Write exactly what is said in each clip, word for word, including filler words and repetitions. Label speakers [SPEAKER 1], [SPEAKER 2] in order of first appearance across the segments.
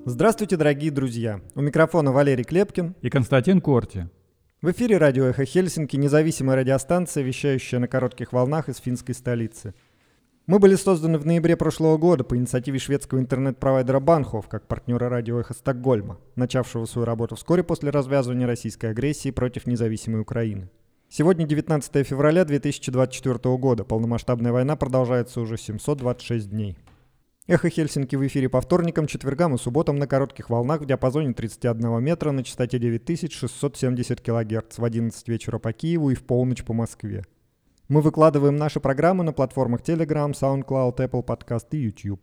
[SPEAKER 1] Здравствуйте, дорогие друзья! У микрофона Валерий Клепкин
[SPEAKER 2] и Константин Корти.
[SPEAKER 1] В эфире радио «Эхо Хельсинки», независимая радиостанция, вещающая на коротких волнах из финской столицы. Мы были созданы в ноябре прошлого года по инициативе шведского интернет-провайдера Банхов, как партнера радио «Эхо Стокгольма», начавшего свою работу вскоре после развязывания российской агрессии против независимой Украины. Сегодня девятнадцатое февраля две тысячи двадцать четвёртого года. Полномасштабная война продолжается уже семьсот двадцать шесть дней. «Эхо Хельсинки» в эфире по вторникам, четвергам и субботам на коротких волнах в диапазоне тридцать один метра на частоте девять тысяч шестьсот семьдесят килогерц в одиннадцать вечера по Киеву и в полночь по Москве. Мы выкладываем наши программы на платформах Telegram, SoundCloud, Apple Podcast и YouTube.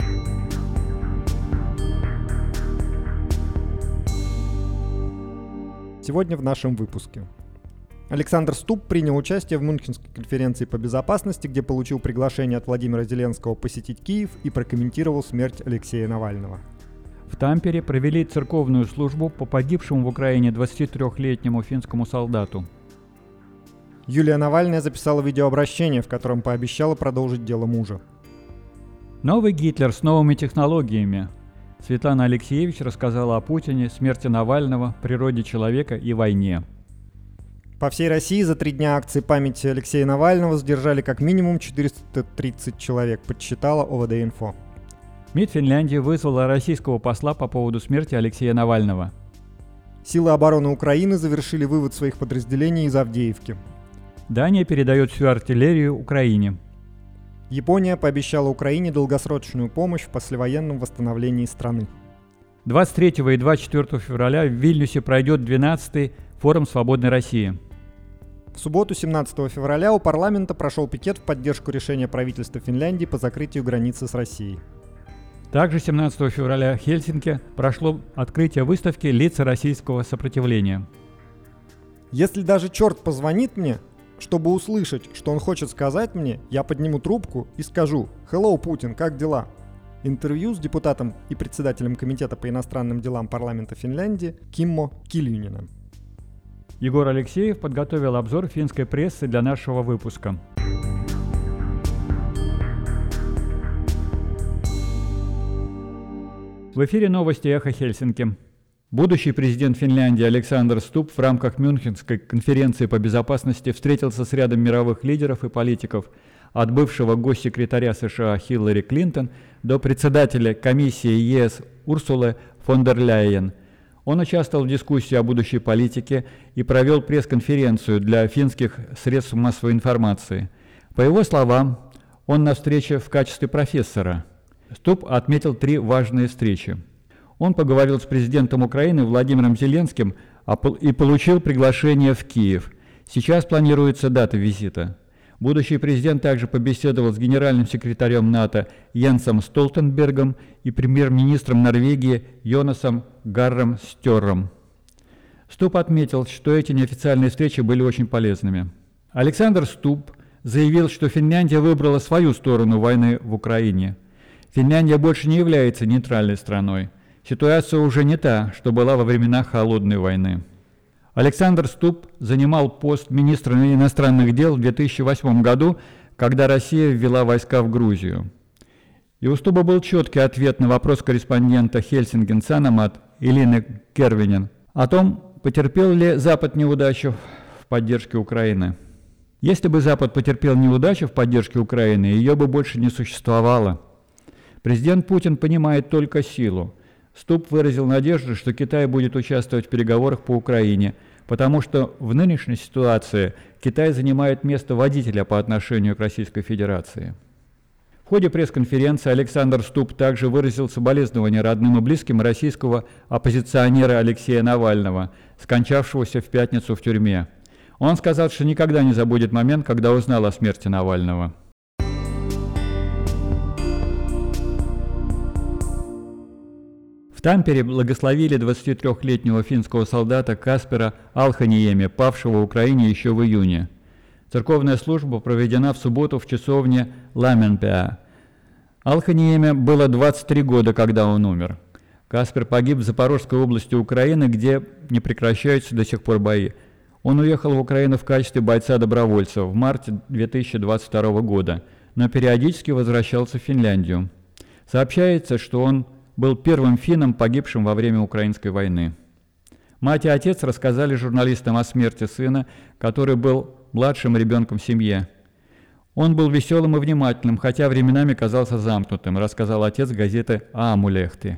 [SPEAKER 1] Сегодня в нашем выпуске. Александр Ступп принял участие в Мюнхенской конференции по безопасности, где получил приглашение от Владимира Зеленского посетить Киев и прокомментировал смерть Алексея Навального.
[SPEAKER 2] В Тампере провели церковную службу по погибшему в Украине двадцатитрёхлетнему финскому солдату.
[SPEAKER 1] Юлия Навальная записала видеообращение, в котором пообещала продолжить дело мужа.
[SPEAKER 2] Новый Гитлер с новыми технологиями. Светлана Алексеевич рассказала о Путине, смерти Навального, природе человека и войне.
[SPEAKER 1] По всей России за три дня акции памяти Алексея Навального задержали как минимум четыреста тридцать человек, подсчитала О В Д-Инфо.
[SPEAKER 2] МИД Финляндии вызвала российского посла по поводу смерти Алексея Навального.
[SPEAKER 1] Силы обороны Украины завершили вывод своих подразделений из Авдеевки.
[SPEAKER 2] Дания передает всю артиллерию Украине.
[SPEAKER 1] Япония пообещала Украине долгосрочную помощь в послевоенном восстановлении страны.
[SPEAKER 2] двадцать третьего и двадцать четвёртого февраля в Вильнюсе пройдет двенадцатый форум «Свободной России».
[SPEAKER 1] В субботу, семнадцатого февраля, у парламента прошел пикет в поддержку решения правительства Финляндии по закрытию границы с Россией.
[SPEAKER 2] Также семнадцатого февраля в Хельсинки прошло открытие выставки «Лица российского сопротивления».
[SPEAKER 1] Если даже черт позвонит мне, чтобы услышать, что он хочет сказать мне, я подниму трубку и скажу: «Hello, Путин, как дела?» Интервью с депутатом и председателем Комитета по иностранным делам парламента Финляндии Киммо Кильюниным.
[SPEAKER 2] Егор Алексеев подготовил обзор финской прессы для нашего выпуска. В эфире новости «Эхо Хельсинки». Будущий президент Финляндии Александр Ступп в рамках Мюнхенской конференции по безопасности встретился с рядом мировых лидеров и политиков, от бывшего госсекретаря США Хиллари Клинтон до председателя комиссии Е С Урсулы фон дер Ляйен. Он участвовал в дискуссии о будущей политике и провел пресс-конференцию для финских средств массовой информации. По его словам, он на встрече в качестве профессора. Ступп отметил три важные встречи. Он поговорил с президентом Украины Владимиром Зеленским и получил приглашение в Киев. Сейчас планируется дата визита. Будущий президент также побеседовал с генеральным секретарем НАТО Йенсом Столтенбергом и премьер-министром Норвегии Йонасом Гарром Стёрром. Ступп отметил, что эти неофициальные встречи были очень полезными. Александр Ступп заявил, что Финляндия выбрала свою сторону войны в Украине. Финляндия больше не является нейтральной страной. Ситуация уже не та, что была во времена Холодной войны. Александр Ступп занимал пост министра иностранных дел в две тысячи восьмом году, когда Россия ввела войска в Грузию. И у Ступпа был четкий ответ на вопрос корреспондента Хельсинген Саномат Элины Кервинен о том, потерпел ли Запад неудачу в поддержке Украины. Если бы Запад потерпел неудачу в поддержке Украины, ее бы больше не существовало. Президент Путин понимает только силу. Ступп выразил надежду, что Китай будет участвовать в переговорах по Украине, потому что в нынешней ситуации Китай занимает место водителя по отношению к Российской Федерации. В ходе пресс-конференции Александр Ступп также выразил соболезнования родным и близким российского оппозиционера Алексея Навального, скончавшегося в пятницу в тюрьме. Он сказал, что никогда не забудет момент, когда узнал о смерти Навального. В Тампере благословили двадцатитрёхлетнего финского солдата Каспера Алханиеми, павшего в Украине еще в июне. Церковная служба проведена в субботу в часовне Ламенпеа. Алханиеми было двадцать три года, когда он умер. Каспер погиб в Запорожской области Украины, где не прекращаются до сих пор бои. Он уехал в Украину в качестве бойца-добровольца в марте две тысячи двадцать второго года, но периодически возвращался в Финляндию. Сообщается, что он был первым финном, погибшим во время Украинской войны. Мать и отец рассказали журналистам о смерти сына, который был младшим ребенком в семье. «Он был веселым и внимательным, хотя временами казался замкнутым», рассказал отец газеты «Аамулехти».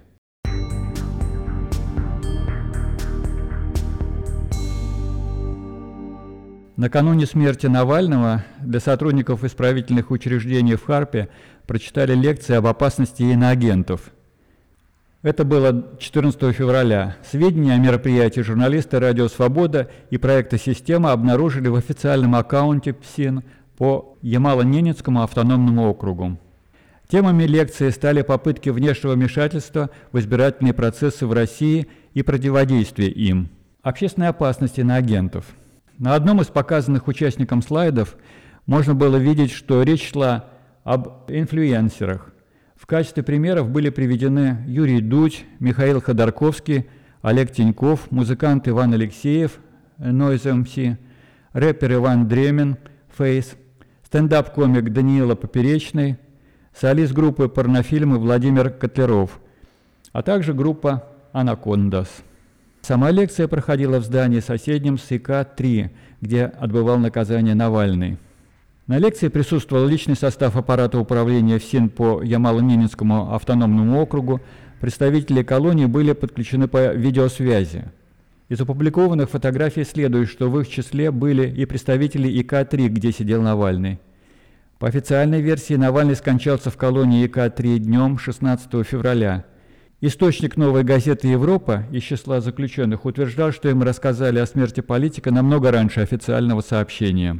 [SPEAKER 2] Накануне смерти Навального для сотрудников исправительных учреждений в Харпе прочитали лекции об опасности иноагентов. Это было четырнадцатого февраля. Сведения о мероприятии журналисты «Радио Свобода» и проекта «Система» обнаружили в официальном аккаунте ПСИН по Ямало-Ненецкому автономному округу. Темами лекции стали попытки внешнего вмешательства в избирательные процессы в России и противодействие им, общественной опасности иноагентов. На одном из показанных участникам слайдов можно было видеть, что речь шла об инфлюенсерах. В качестве примеров были приведены Юрий Дудь, Михаил Ходорковский, Олег Тиньков, музыкант Иван Алексеев, Noise эм си, рэпер Иван Дремин, Фейс, стендап-комик Даниила Поперечный, солист группы порнофильмы Владимир Котляров, а также группа «Анакондас». Сама лекция проходила в здании соседнем с И К три, где отбывал наказание Навальный. На лекции присутствовал личный состав аппарата управления ФСИН по Ямало-Ненецкому автономному округу. Представители колонии были подключены по видеосвязи. Из опубликованных фотографий следует, что в их числе были и представители И К три, где сидел Навальный. По официальной версии, Навальный скончался в колонии И К три днем шестнадцатого февраля. Источник «Новой газеты Европа» из числа заключенных утверждал, что им рассказали о смерти политика намного раньше официального сообщения.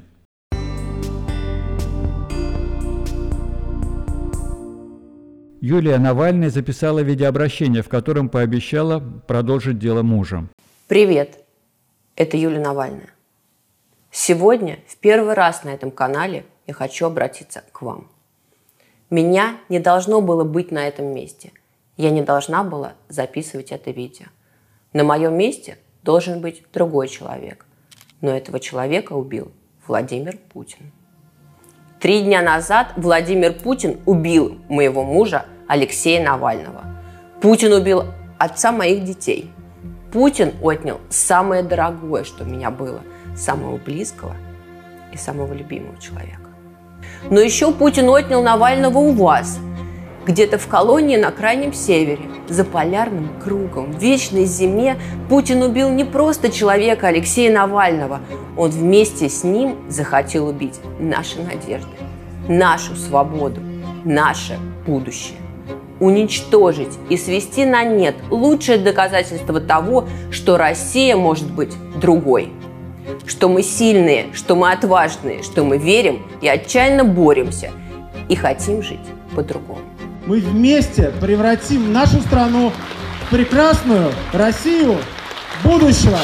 [SPEAKER 2] Юлия Навальная записала видеообращение, в котором пообещала продолжить дело мужа.
[SPEAKER 3] Привет, это Юлия Навальная. Сегодня в первый раз на этом канале я хочу обратиться к вам. Меня не должно было быть на этом месте. Я не должна была записывать это видео. На моем месте должен быть другой человек. Но этого человека убил Владимир Путин. Три дня назад Владимир Путин убил моего мужа Алексея Навального. Путин убил отца моих детей. Путин отнял самое дорогое, что у меня было, самого близкого и самого любимого человека. Но еще Путин отнял Навального у вас, где-то в колонии на Крайнем Севере, за полярным кругом, в вечной зиме. Путин убил не просто человека Алексея Навального, он вместе с ним захотел убить наши надежды, нашу свободу, наше будущее. Уничтожить и свести на нет лучшее доказательство того, что Россия может быть другой. Что мы сильные, что мы отважные, что мы верим и отчаянно боремся и хотим жить по-другому.
[SPEAKER 4] Мы вместе превратим нашу страну в прекрасную Россию будущего.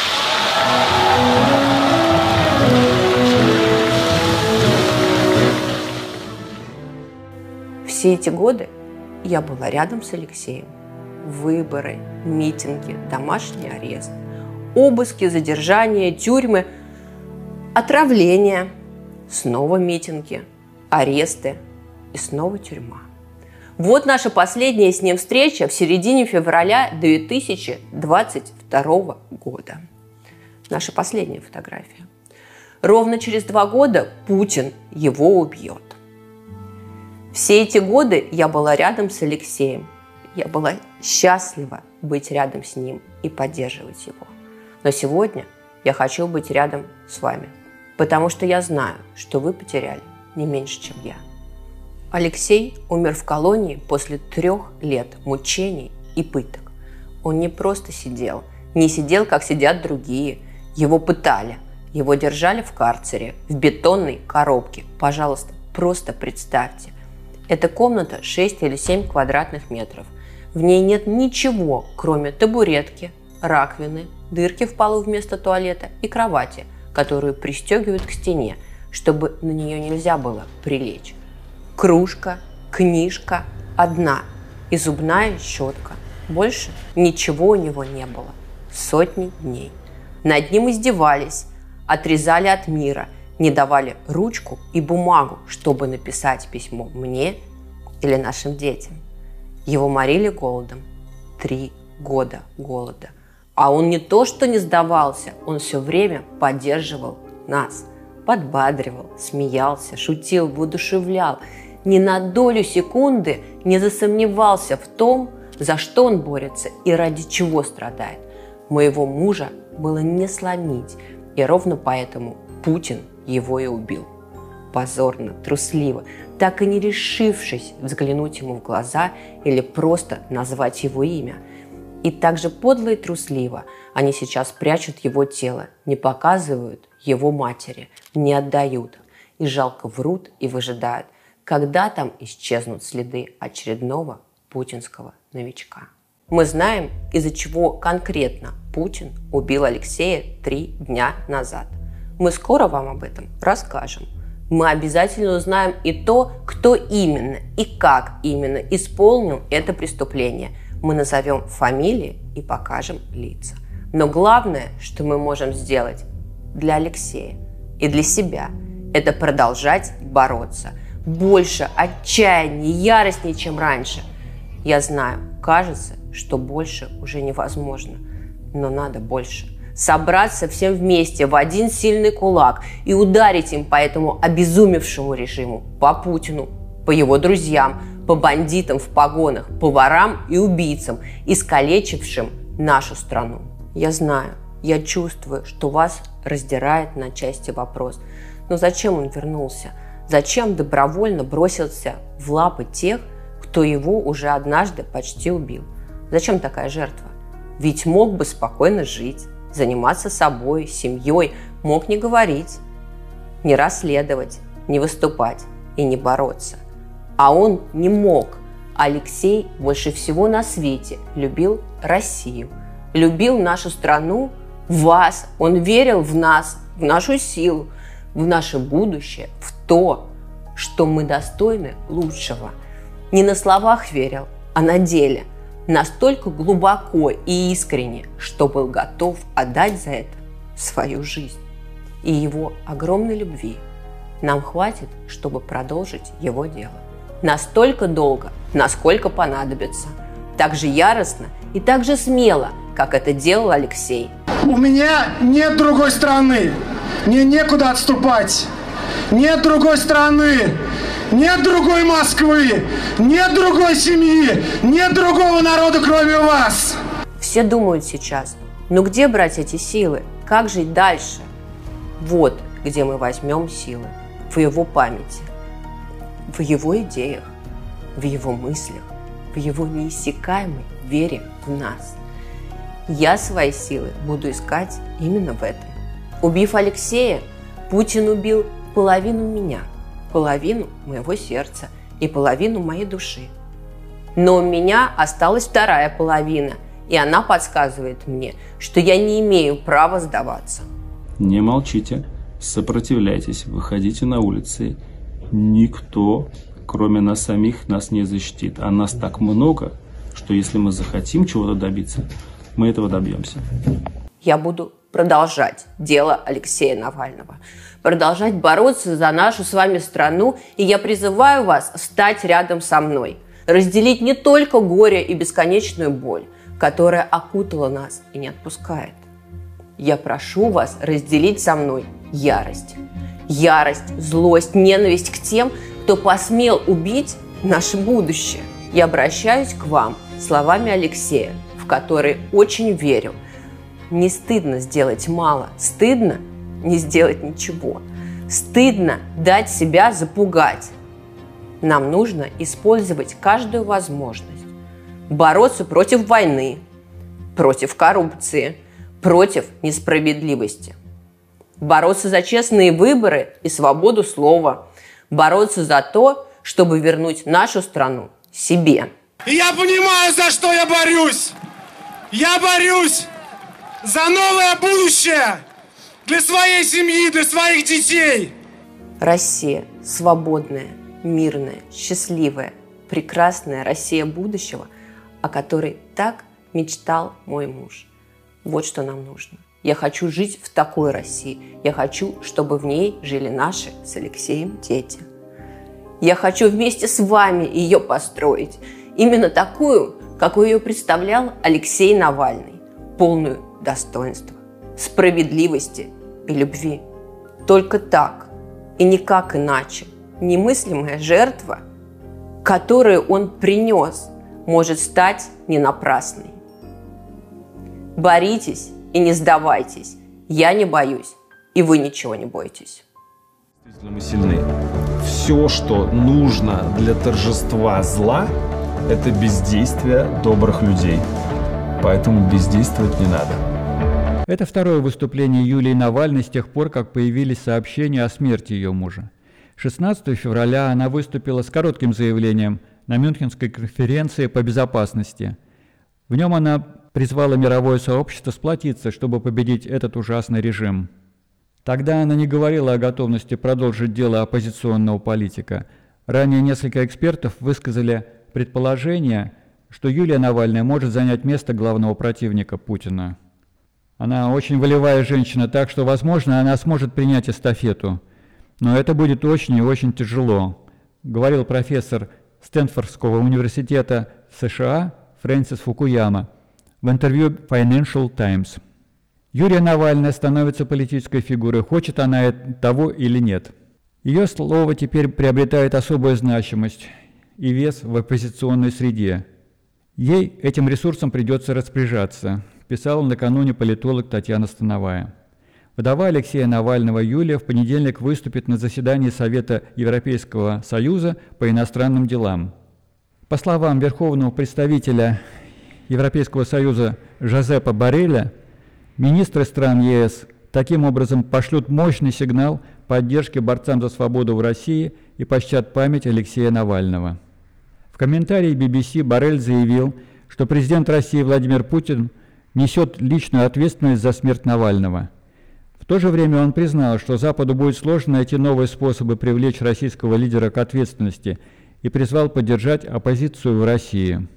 [SPEAKER 3] Все эти годы я была рядом с Алексеем. Выборы, митинги, домашний арест, обыски, задержания, тюрьмы, отравления, снова митинги, аресты и снова тюрьма. Вот наша последняя с ним встреча в середине февраля две тысячи двадцать второго года. Наша последняя фотография. Ровно через два года Путин его убьет. Все эти годы я была рядом с Алексеем. Я была счастлива быть рядом с ним и поддерживать его. Но сегодня я хочу быть рядом с вами, потому что я знаю, что вы потеряли не меньше, чем я. Алексей умер в колонии после трех лет мучений и пыток. Он не просто сидел, не сидел, как сидят другие. Его пытали, его держали в карцере, в бетонной коробке. Пожалуйста, просто представьте. Эта комната шесть или семь квадратных метров. В ней нет ничего, кроме табуретки, раковины, дырки в полу вместо туалета и кровати, которую пристегивают к стене, чтобы на нее нельзя было прилечь. Кружка, книжка одна и зубная щетка. Больше ничего у него не было. Сотни дней. Над ним издевались, отрезали от мира, не давали ручку и бумагу, чтобы написать письмо мне или нашим детям. Его морили голодом. Три года голода. А он не то что не сдавался, он все время поддерживал нас. Подбадривал, смеялся, шутил, воодушевлял. Ни на долю секунды не засомневался в том, за что он борется и ради чего страдает. Моего мужа было не сломить, и ровно поэтому Путин его и убил. Позорно, трусливо, так и не решившись взглянуть ему в глаза или просто назвать его имя. И так же подло и трусливо они сейчас прячут его тело, не показывают его матери, не отдают, и жалко врут и выжидают, когда там исчезнут следы очередного путинского новичка. Мы знаем, из-за чего конкретно Путин убил Алексея три дня назад. Мы скоро вам об этом расскажем. Мы обязательно узнаем и то, кто именно и как именно исполнил это преступление. Мы назовем фамилии и покажем лица. Но главное, что мы можем сделать для Алексея и для себя, это продолжать бороться. Больше отчаяния, яростнее, чем раньше. Я знаю, кажется, что больше уже невозможно, но надо больше. Собраться всем вместе в один сильный кулак и ударить им по этому обезумевшему режиму, по Путину, по его друзьям, по бандитам в погонах, по ворам и убийцам, искалечившим нашу страну. Я знаю, я чувствую, что вас раздирает на части вопрос. Но зачем он вернулся? Зачем добровольно бросился в лапы тех, кто его уже однажды почти убил? Зачем такая жертва? Ведь мог бы спокойно жить, заниматься собой, семьей, мог не говорить, не расследовать, не выступать и не бороться. А он не мог. Алексей больше всего на свете любил Россию, любил нашу страну, вас. Он верил в нас, в нашу силу, в наше будущее, в то, что мы достойны лучшего. Не на словах верил, а на деле. Настолько глубоко и искренне, что был готов отдать за это свою жизнь. И его огромной любви нам хватит, чтобы продолжить его дело. Настолько долго, насколько понадобится. Так же яростно и так же смело, как это делал Алексей.
[SPEAKER 4] У меня нет другой страны. Мне некуда отступать. Нет другой страны. Нет другой Москвы. Нет другой семьи. Нет другого народа, кроме вас.
[SPEAKER 3] Все думают сейчас, ну где брать эти силы? Как жить дальше? Вот где мы возьмем силы. В его памяти, в его идеях, в его мыслях, в его неиссякаемой вере в нас. Я свои силы буду искать именно в этом. Убив Алексея, Путин убил половину меня, половину моего сердца и половину моей души. Но у меня осталась вторая половина, и она подсказывает мне, что я не имею права сдаваться.
[SPEAKER 5] Не молчите, сопротивляйтесь, выходите на улицы. Никто, кроме нас самих, нас не защитит. А нас так много, что если мы захотим чего-то добиться, мы этого добьемся.
[SPEAKER 3] Я буду продолжать дело Алексея Навального, продолжать бороться за нашу с вами страну, и я призываю вас встать рядом со мной, разделить не только горе и бесконечную боль, которая окутала нас и не отпускает. Я прошу вас разделить со мной ярость. Ярость, злость, ненависть к тем, кто посмел убить наше будущее. Я обращаюсь к вам словами Алексея, в которые очень верю. Не стыдно сделать мало, стыдно не сделать ничего. Стыдно дать себя запугать. Нам нужно использовать каждую возможность. Бороться против войны, против коррупции, против несправедливости. Бороться за честные выборы и свободу слова. Бороться за то, чтобы вернуть нашу страну себе.
[SPEAKER 4] Я понимаю, за что я борюсь. Я борюсь за новое будущее для своей семьи, для своих детей.
[SPEAKER 3] Россия свободная, мирная, счастливая, прекрасная Россия будущего, о которой так мечтал мой муж. Вот что нам нужно. Я хочу жить в такой России. Я хочу, чтобы в ней жили наши с Алексеем дети. Я хочу вместе с вами ее построить. Именно такую, какой ее представлял Алексей Навальный, полную достоинства, справедливости и любви. Только так и никак иначе немыслимая жертва, которую он принес, может стать не напрасной. Боритесь и не сдавайтесь. Я не боюсь, и вы ничего не бойтесь.
[SPEAKER 6] Мы сильны. Все, что нужно для торжества зла, это бездействие добрых людей. Поэтому бездействовать не надо.
[SPEAKER 2] Это второе выступление Юлии Навальной с тех пор, как появились сообщения о смерти ее мужа. шестнадцатого февраля она выступила с коротким заявлением на Мюнхенской конференции по безопасности. В нем она призвала мировое сообщество сплотиться, чтобы победить этот ужасный режим. Тогда она не говорила о готовности продолжить дело оппозиционного политика. Ранее несколько экспертов высказали предположение, что Юлия Навальная может занять место главного противника Путина. Она очень волевая женщина, так что, возможно, она сможет принять эстафету. Но это будет очень и очень тяжело, говорил профессор Стэнфордского университета США Фрэнсис Фукуяма в интервью Financial Times. Юлия Навальная становится политической фигурой, хочет она того или нет. Ее слово теперь приобретает особую значимость и вес в оппозиционной среде. Ей этим ресурсом придется распоряжаться, писала накануне политолог Татьяна Становая. Вдова Алексея Навального Юлия в понедельник выступит на заседании Совета Европейского Союза по иностранным делам. По словам верховного представителя Европейского Союза Жозепа Борреля, министры стран ЕС таким образом пошлют мощный сигнал поддержки борцам за свободу в России и почтят память Алексея Навального. В комментарии би би си Боррель заявил, что президент России Владимир Путин несет личную ответственность за смерть Навального. В то же время он признал, что Западу будет сложно найти новые способы привлечь российского лидера к ответственности и призвал поддержать оппозицию в России.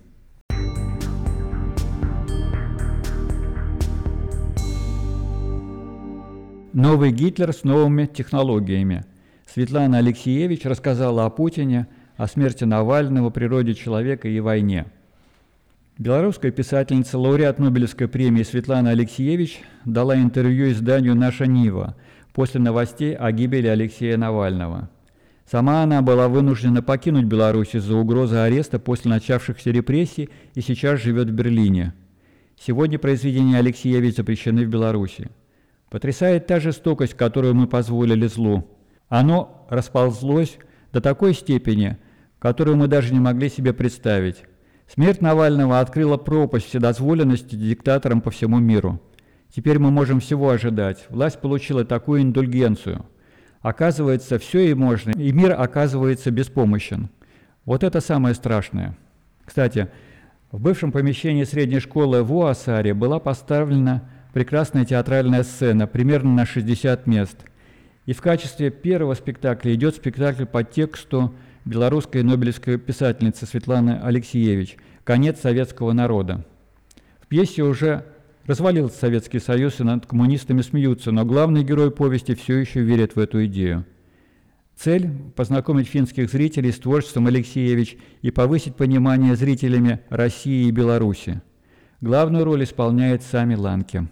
[SPEAKER 2] Новый Гитлер с новыми технологиями. Светлана Алексиевич рассказала о Путине, о смерти Навального, природе человека и войне. Белорусская писательница, лауреат Нобелевской премии Светлана Алексиевич дала интервью изданию «Наша Нива» после новостей о гибели Алексея Навального. Сама она была вынуждена покинуть Беларусь из-за угрозы ареста после начавшихся репрессий и сейчас живет в Берлине. Сегодня произведения Алексиевич запрещены в Беларуси. Потрясает та жестокость, которую мы позволили злу. Оно расползлось до такой степени, которую мы даже не могли себе представить. Смерть Навального открыла пропасть вседозволенности диктаторам по всему миру. Теперь мы можем всего ожидать. Власть получила такую индульгенцию. Оказывается, все и можно, и мир оказывается беспомощен. Вот это самое страшное. Кстати, в бывшем помещении средней школы в Уассаре была поставлена прекрасная театральная сцена, примерно на шестьдесят мест. И в качестве первого спектакля идет спектакль по тексту белорусской нобелевской писательницы Светланы Алексиевич «Конец советского народа». В пьесе уже развалился Советский Союз, и над коммунистами смеются, но главный герой повести все еще верит в эту идею. Цель – познакомить финских зрителей с творчеством Алексиевич и повысить понимание зрителями России и Беларуси. Главную роль исполняет Сами Ланке.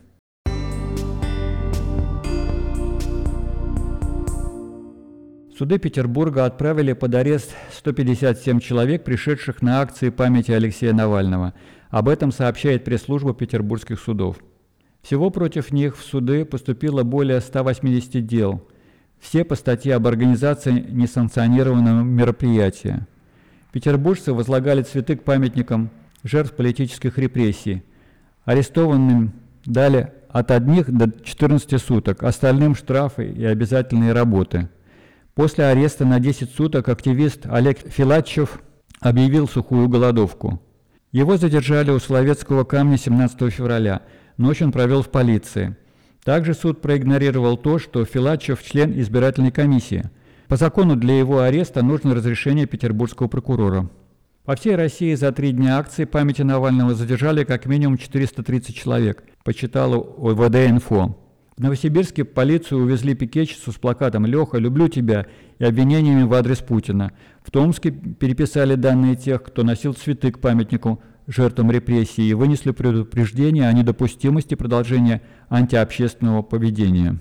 [SPEAKER 2] Суды Петербурга отправили под арест сто пятьдесят семь человек, пришедших на акции памяти Алексея Навального. Об этом сообщает пресс-служба петербургских судов. Всего против них в суды поступило более ста восьмидесяти дел. Все по статье об организации несанкционированного мероприятия. Петербуржцы возлагали цветы к памятникам жертв политических репрессий. Арестованным дали от одних до четырнадцати суток, остальным штрафы и обязательные работы. После ареста на десять суток активист Олег Филатчев объявил сухую голодовку. Его задержали у Соловецкого камня семнадцатого февраля. Ночь он провел в полиции. Также суд проигнорировал то, что Филатчев член избирательной комиссии. По закону для его ареста нужно разрешение петербургского прокурора. По всей России за три дня акции памяти Навального задержали как минимум четыреста тридцать человек, почитала о вэ дэ инфо. В Новосибирске полицию увезли пикетчицу с плакатом «Леха, люблю тебя» и обвинениями в адрес Путина. В Томске переписали данные тех, кто носил цветы к памятнику жертвам репрессий, и вынесли предупреждение о недопустимости продолжения антиобщественного поведения.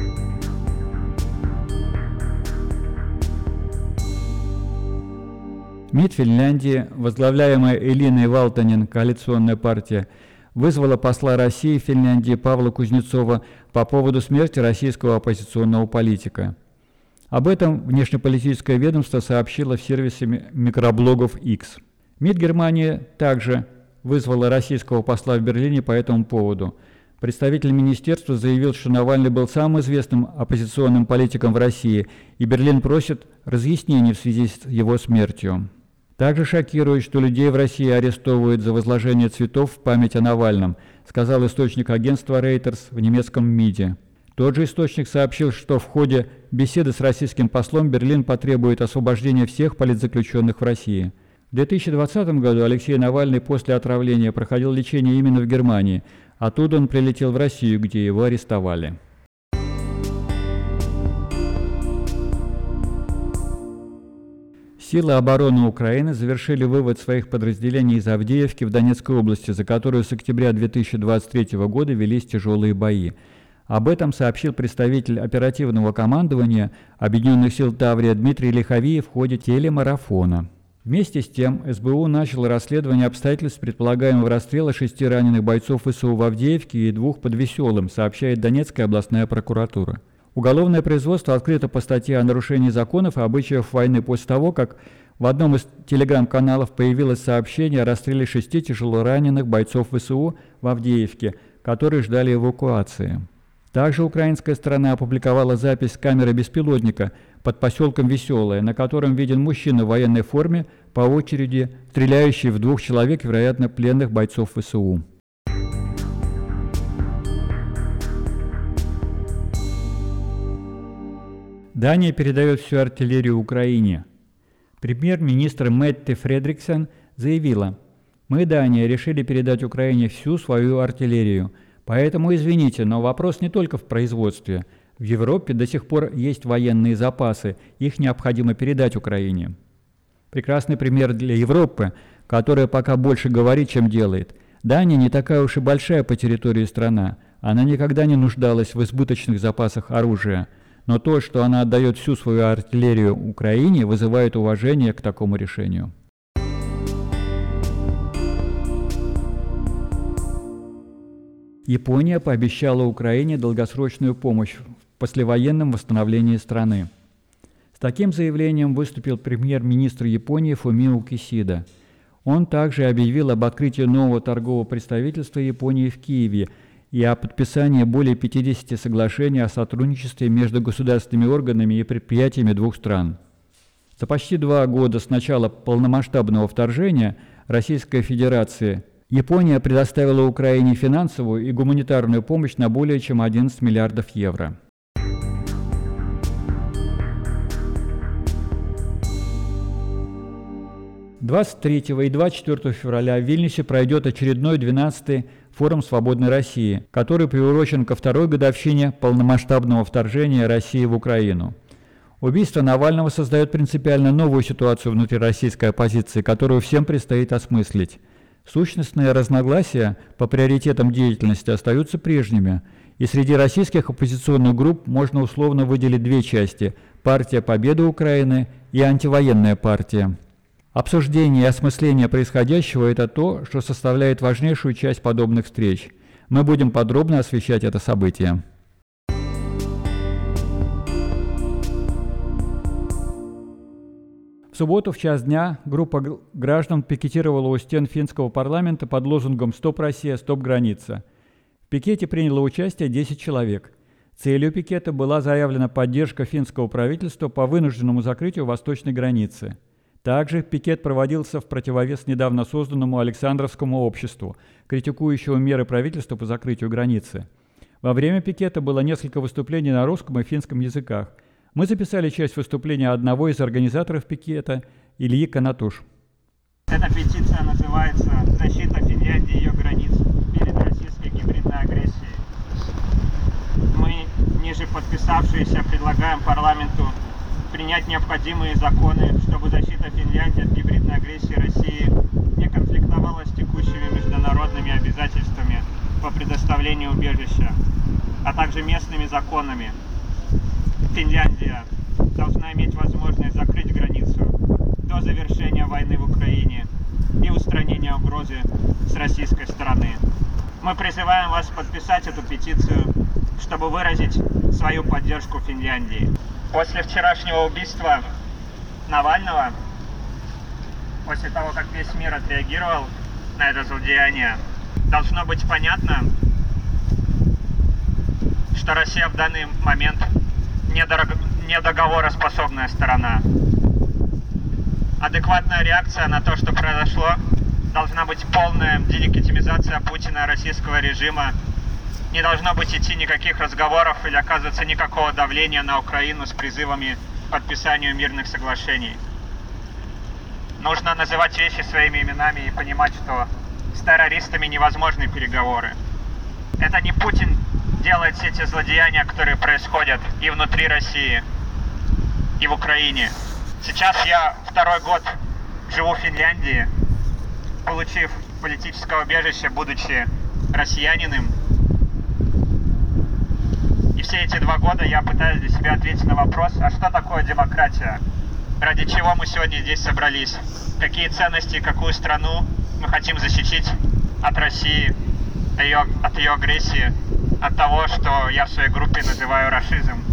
[SPEAKER 2] МИД Финляндии, возглавляемая Элиной Валтанен, коалиционная партия, вызвала посла России в Финляндии Павла Кузнецова по поводу смерти российского оппозиционного политика. Об этом внешнеполитическое ведомство сообщило в сервисе микроблогов X. МИД Германии также вызвала российского посла в Берлине по этому поводу. Представитель министерства заявил, что Навальный был самым известным оппозиционным политиком в России, и Берлин просит разъяснений в связи с его смертью. Также шокирует, что людей в России арестовывают за возложение цветов в память о Навальном, сказал источник агентства Reuters в немецком МИДе. Тот же источник сообщил, что в ходе беседы с российским послом Берлин потребует освобождения всех политзаключенных в России. В две тысячи двадцатом году Алексей Навальный после отравления проходил лечение именно в Германии. Оттуда он прилетел в Россию, где его арестовали. Силы обороны Украины завершили вывод своих подразделений из Авдеевки в Донецкой области, за которую с октября две тысячи двадцать третьего года велись тяжелые бои. Об этом сообщил представитель оперативного командования Объединенных сил Таврия Дмитрий Лиховиев в ходе телемарафона. Вместе с тем СБУ начало расследование обстоятельств предполагаемого расстрела шести раненых бойцов ВСУ в Авдеевке и двух под Веселым, сообщает Донецкая областная прокуратура. Уголовное производство открыто по статье о нарушении законов и обычаев войны после того, как в одном из телеграм-каналов появилось сообщение о расстреле шести тяжелораненых бойцов ВСУ в Авдеевке, которые ждали эвакуации. Также украинская сторона опубликовала запись с камеры беспилотника под поселком Веселое, на котором виден мужчина в военной форме, по очереди стреляющий в двух человек, вероятно, пленных бойцов ВСУ. Дания передает всю артиллерию Украине. Премьер-министр Метте Фредриксен заявила: «Мы, Дания, решили передать Украине всю свою артиллерию. Поэтому извините, но вопрос не только в производстве. В Европе до сих пор есть военные запасы, их необходимо передать Украине». Прекрасный пример для Европы, которая пока больше говорит, чем делает. Дания не такая уж и большая по территории страна. Она никогда не нуждалась в избыточных запасах оружия. Но то, что она отдает всю свою артиллерию Украине, вызывает уважение к такому решению. Япония пообещала Украине долгосрочную помощь в послевоенном восстановлении страны. С таким заявлением выступил премьер-министр Японии Фумио Кисида. Он также объявил об открытии нового торгового представительства Японии в Киеве и о подписании более пятидесяти соглашений о сотрудничестве между государственными органами и предприятиями двух стран. За почти два года с начала полномасштабного вторжения Российской Федерации Япония предоставила Украине финансовую и гуманитарную помощь на более чем одиннадцать миллиардов евро. двадцать третьего и двадцать четвёртого февраля в Вильнюсе пройдет очередной двенадцатый форум «Свободной России», который приурочен ко второй годовщине полномасштабного вторжения России в Украину. Убийство Навального создает принципиально новую ситуацию внутри российской оппозиции, которую всем предстоит осмыслить. Сущностные разногласия по приоритетам деятельности остаются прежними, и среди российских оппозиционных групп можно условно выделить две части – партия Победы Украины и антивоенная партия. Обсуждение и осмысление происходящего – это то, что составляет важнейшую часть подобных встреч. Мы будем подробно освещать это событие. В субботу в час дня группа граждан пикетировала у стен финского парламента под лозунгом «Стоп, Россия! Стоп, граница!». В пикете приняло участие десять человек. Целью пикета была заявлена поддержка финского правительства по вынужденному закрытию восточной границы. Также пикет проводился в противовес недавно созданному Александровскому обществу, критикующему меры правительства по закрытию границы. Во время пикета было несколько выступлений на русском и финском языках. Мы записали часть выступления одного из организаторов пикета, Ильи Канатуш.
[SPEAKER 7] Эта петиция называется «Защита Финляндии и ее границ перед российской гибридной агрессией». Мы ниже подписавшиеся, предлагаем парламенту принять необходимые законы, чтобы защита Финляндии от гибридной агрессии России не конфликтовала с текущими международными обязательствами по предоставлению убежища, а также местными законами. Финляндия должна иметь возможность закрыть границу до завершения войны в Украине и устранения угрозы с российской стороны. Мы призываем вас подписать эту петицию, чтобы выразить свою поддержку Финляндии. После вчерашнего убийства Навального, после того, как весь мир отреагировал на это злодеяние, должно быть понятно, что Россия в данный момент не договороспособная сторона. Адекватная реакция на то, что произошло, должна быть полная делегитимизация Путина и российского режима. Не должно быть идти никаких разговоров или оказываться никакого давления на Украину с призывами к подписанию мирных соглашений. Нужно называть вещи своими именами и понимать, что с террористами невозможны переговоры. Это не Путин делает все эти злодеяния, которые происходят и внутри России, и в Украине. Сейчас я второй год живу в Финляндии, получив политическое убежище, будучи россиянином. И все эти два года я пытаюсь для себя ответить на вопрос, а что такое демократия? Ради чего мы сегодня здесь собрались? Какие ценности и какую страну мы хотим защитить от России, от ее, от ее агрессии, от того, что я в своей группе называю рашизм?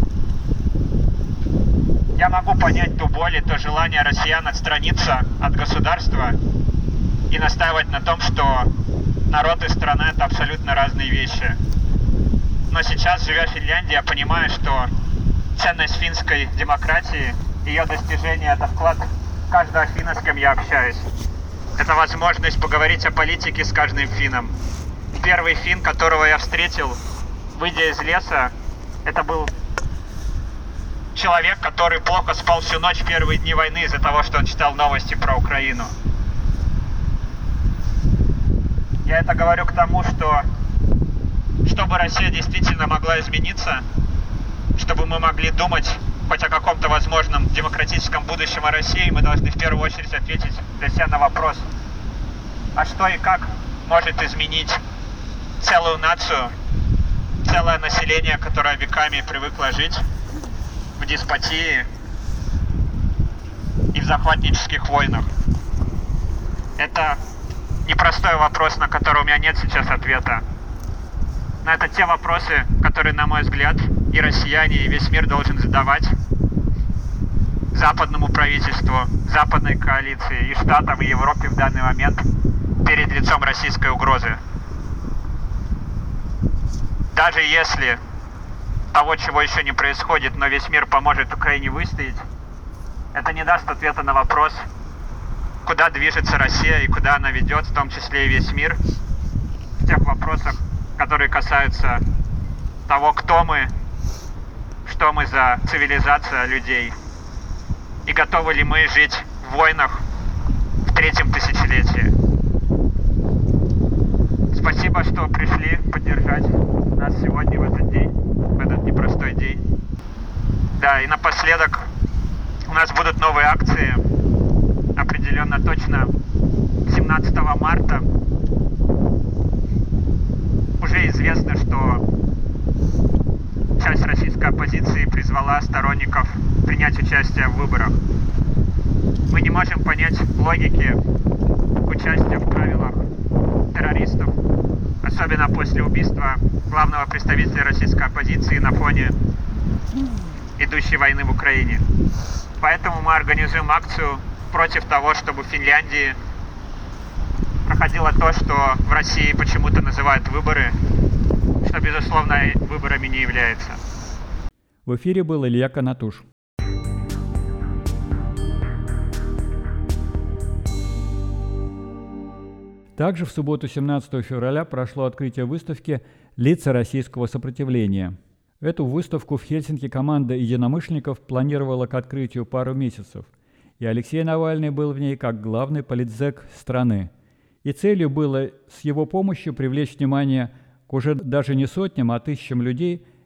[SPEAKER 7] Я могу понять ту боль и то желание россиян отстраниться от государства и настаивать на том, что народ и страна — это абсолютно разные вещи. Но сейчас, живя в Финляндии, я понимаю, что ценность финской демократии, ее достижение — это вклад каждого финна, с кем я общаюсь. Это возможность поговорить о политике с каждым финном. Первый финн, которого я встретил, выйдя из леса, это был человек, который плохо спал всю ночь в первые дни войны из-за того, что он читал новости про Украину. Я это говорю к тому, что чтобы Россия действительно могла измениться, чтобы мы могли думать хоть о каком-то возможном демократическом будущем о России, мы должны в первую очередь ответить для себя на вопрос, а что и как может изменить целую нацию, целое население, которое веками привыкло жить в деспотии и в захватнических войнах. Это непростой вопрос, на который у меня нет сейчас ответа. Но это те вопросы, которые, на мой взгляд, и россияне, и весь мир должен задавать западному правительству, западной коалиции, и Штатам, и Европе в данный момент перед лицом российской угрозы. Даже если того, чего еще не происходит, но весь мир поможет Украине выстоять, это не даст ответа на вопрос, куда движется Россия и куда она ведет, в том числе и весь мир, в тех вопросах, которые касаются того, кто мы, что мы за цивилизация людей, и готовы ли мы жить в войнах в третьем тысячелетии. Спасибо, что пришли поддержать нас сегодня в этот день, в этот непростой день. Да, и напоследок у нас будут новые акции, определенно точно семнадцатого марта. Уже известно, что часть российской оппозиции призвала сторонников принять участие в выборах. Мы не можем понять логики участия в правилах террористов, особенно после убийства главного представителя российской оппозиции на фоне идущей войны в Украине. Поэтому мы организуем акцию против того, чтобы в Финляндии проходило то, что в России почему-то называют выборы, что, безусловно, выборами не является.
[SPEAKER 2] В эфире был Илья Канатуш. Также в субботу семнадцатого февраля прошло открытие выставки «Лица российского сопротивления». Эту выставку в Хельсинки команда единомышленников планировала к открытию пару месяцев, и Алексей Навальный был в ней как главный политзэк страны. И целью было с его помощью привлечь внимание к уже даже не сотням, а тысячам людей,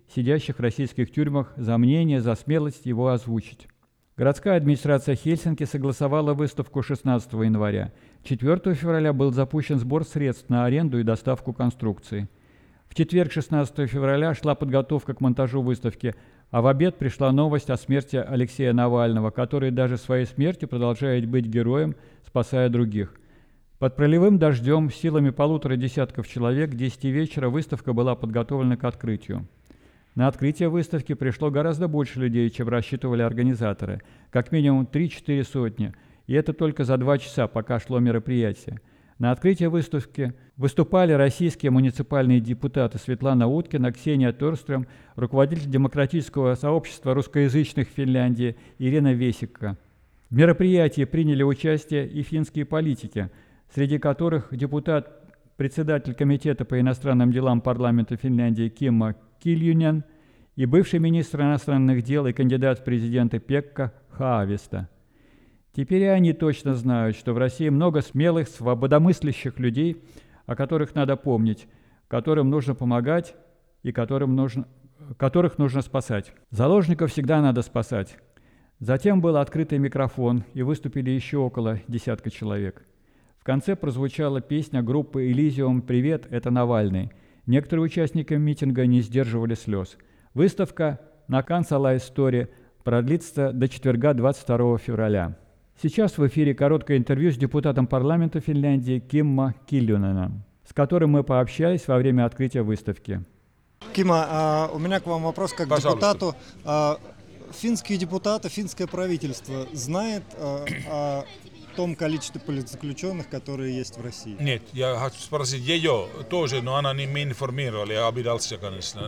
[SPEAKER 2] сидящих в российских тюрьмах, за мнение, за смелость его озвучить. Городская администрация Хельсинки согласовала выставку шестнадцатого января. четвёртого февраля был запущен сбор средств на аренду и доставку конструкции. В четверг, шестнадцатого февраля, шла подготовка к монтажу выставки, а в обед пришла новость о смерти Алексея Навального, который даже своей смертью продолжает быть героем, спасая других. Под проливным дождем силами полутора десятков человек к десяти вечера выставка была подготовлена к открытию. На открытие выставки пришло гораздо больше людей, чем рассчитывали организаторы, как минимум три-четыре сотни, и это только за два часа, пока шло мероприятие. На открытии выставки выступали российские муниципальные депутаты Светлана Уткина, Ксения Торстрöm, руководитель демократического сообщества русскоязычных в Финляндии Ирина Весикка. В мероприятии приняли участие и финские политики, среди которых депутат, председатель Комитета по иностранным делам парламента Финляндии Кимма Кильюнен и бывший министр иностранных дел и кандидат в президенты Пекка Хааvisto. Теперь и они точно знают, что в России много смелых, свободомыслящих людей, о которых надо помнить, которым нужно помогать и которым нужно, которых нужно спасать. Заложников всегда надо спасать. Затем был открытый микрофон, и выступили еще около десятка человек. В конце прозвучала песня группы «Элизиум. Привет, это Навальный». Некоторые участники митинга не сдерживали слез. Выставка на Kansalainen Story продлится до четверга, двадцать второго февраля. Сейчас в эфире короткое интервью с депутатом парламента Финляндии Кимма Кильюненом, с которым мы пообщались во время открытия выставки.
[SPEAKER 1] Кимма, а, у меня к вам вопрос как к депутату. А, финские депутаты, финское правительство знает а, о том количестве политзаключенных, которые есть в России?
[SPEAKER 8] Нет, я хочу спросить ее тоже, но она не меня информировала, я обидался, конечно.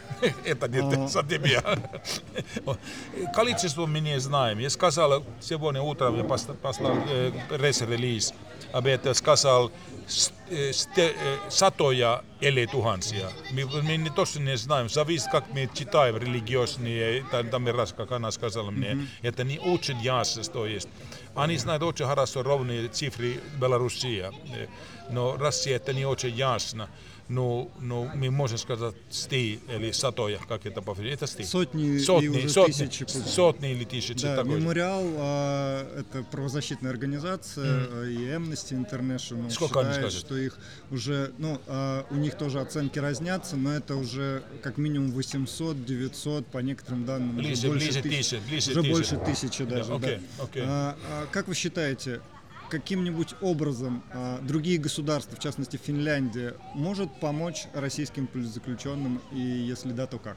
[SPEAKER 8] Это не за тебя. Количество мы не знаем. Я сказал, сегодня утром я послал пресс-релиз, об этом сказал сотоя или туханsia. Мы, мы не точно не знаем, зависит, как мы читаем религиозные, там раз, как она сказала мне, mm-hmm. это не очень ясно, что есть. Они знают очень хорошо ровные цифры Белоруссия, но Россия это не очень ясно. Ну, ну, мы можем сказать сти или сотоя, как это по-французски. Это сти.
[SPEAKER 1] Сотни,
[SPEAKER 8] сотни,
[SPEAKER 1] и уже
[SPEAKER 8] сотни,
[SPEAKER 1] тысячи.
[SPEAKER 8] Сотни или тысячи.
[SPEAKER 1] Да,
[SPEAKER 8] такой.
[SPEAKER 1] Мемориал, а, это правозащитная организация, mm. и Amnesty International
[SPEAKER 8] Сколько
[SPEAKER 1] считает, что их уже, ну, а, у них тоже оценки разнятся, но это уже как минимум восемьсот-девятьсот, по некоторым данным,
[SPEAKER 8] ближе,
[SPEAKER 1] уже,
[SPEAKER 8] ближе
[SPEAKER 1] больше, тысяч,
[SPEAKER 8] тысяч, ближе
[SPEAKER 1] уже
[SPEAKER 8] тысяч.
[SPEAKER 1] больше тысячи даже.
[SPEAKER 8] Да, okay,
[SPEAKER 1] да.
[SPEAKER 8] okay.
[SPEAKER 1] А, а, как вы считаете, каким-нибудь образом а, другие государства, в частности Финляндия, может помочь российским политзаключенным, и если да, то как?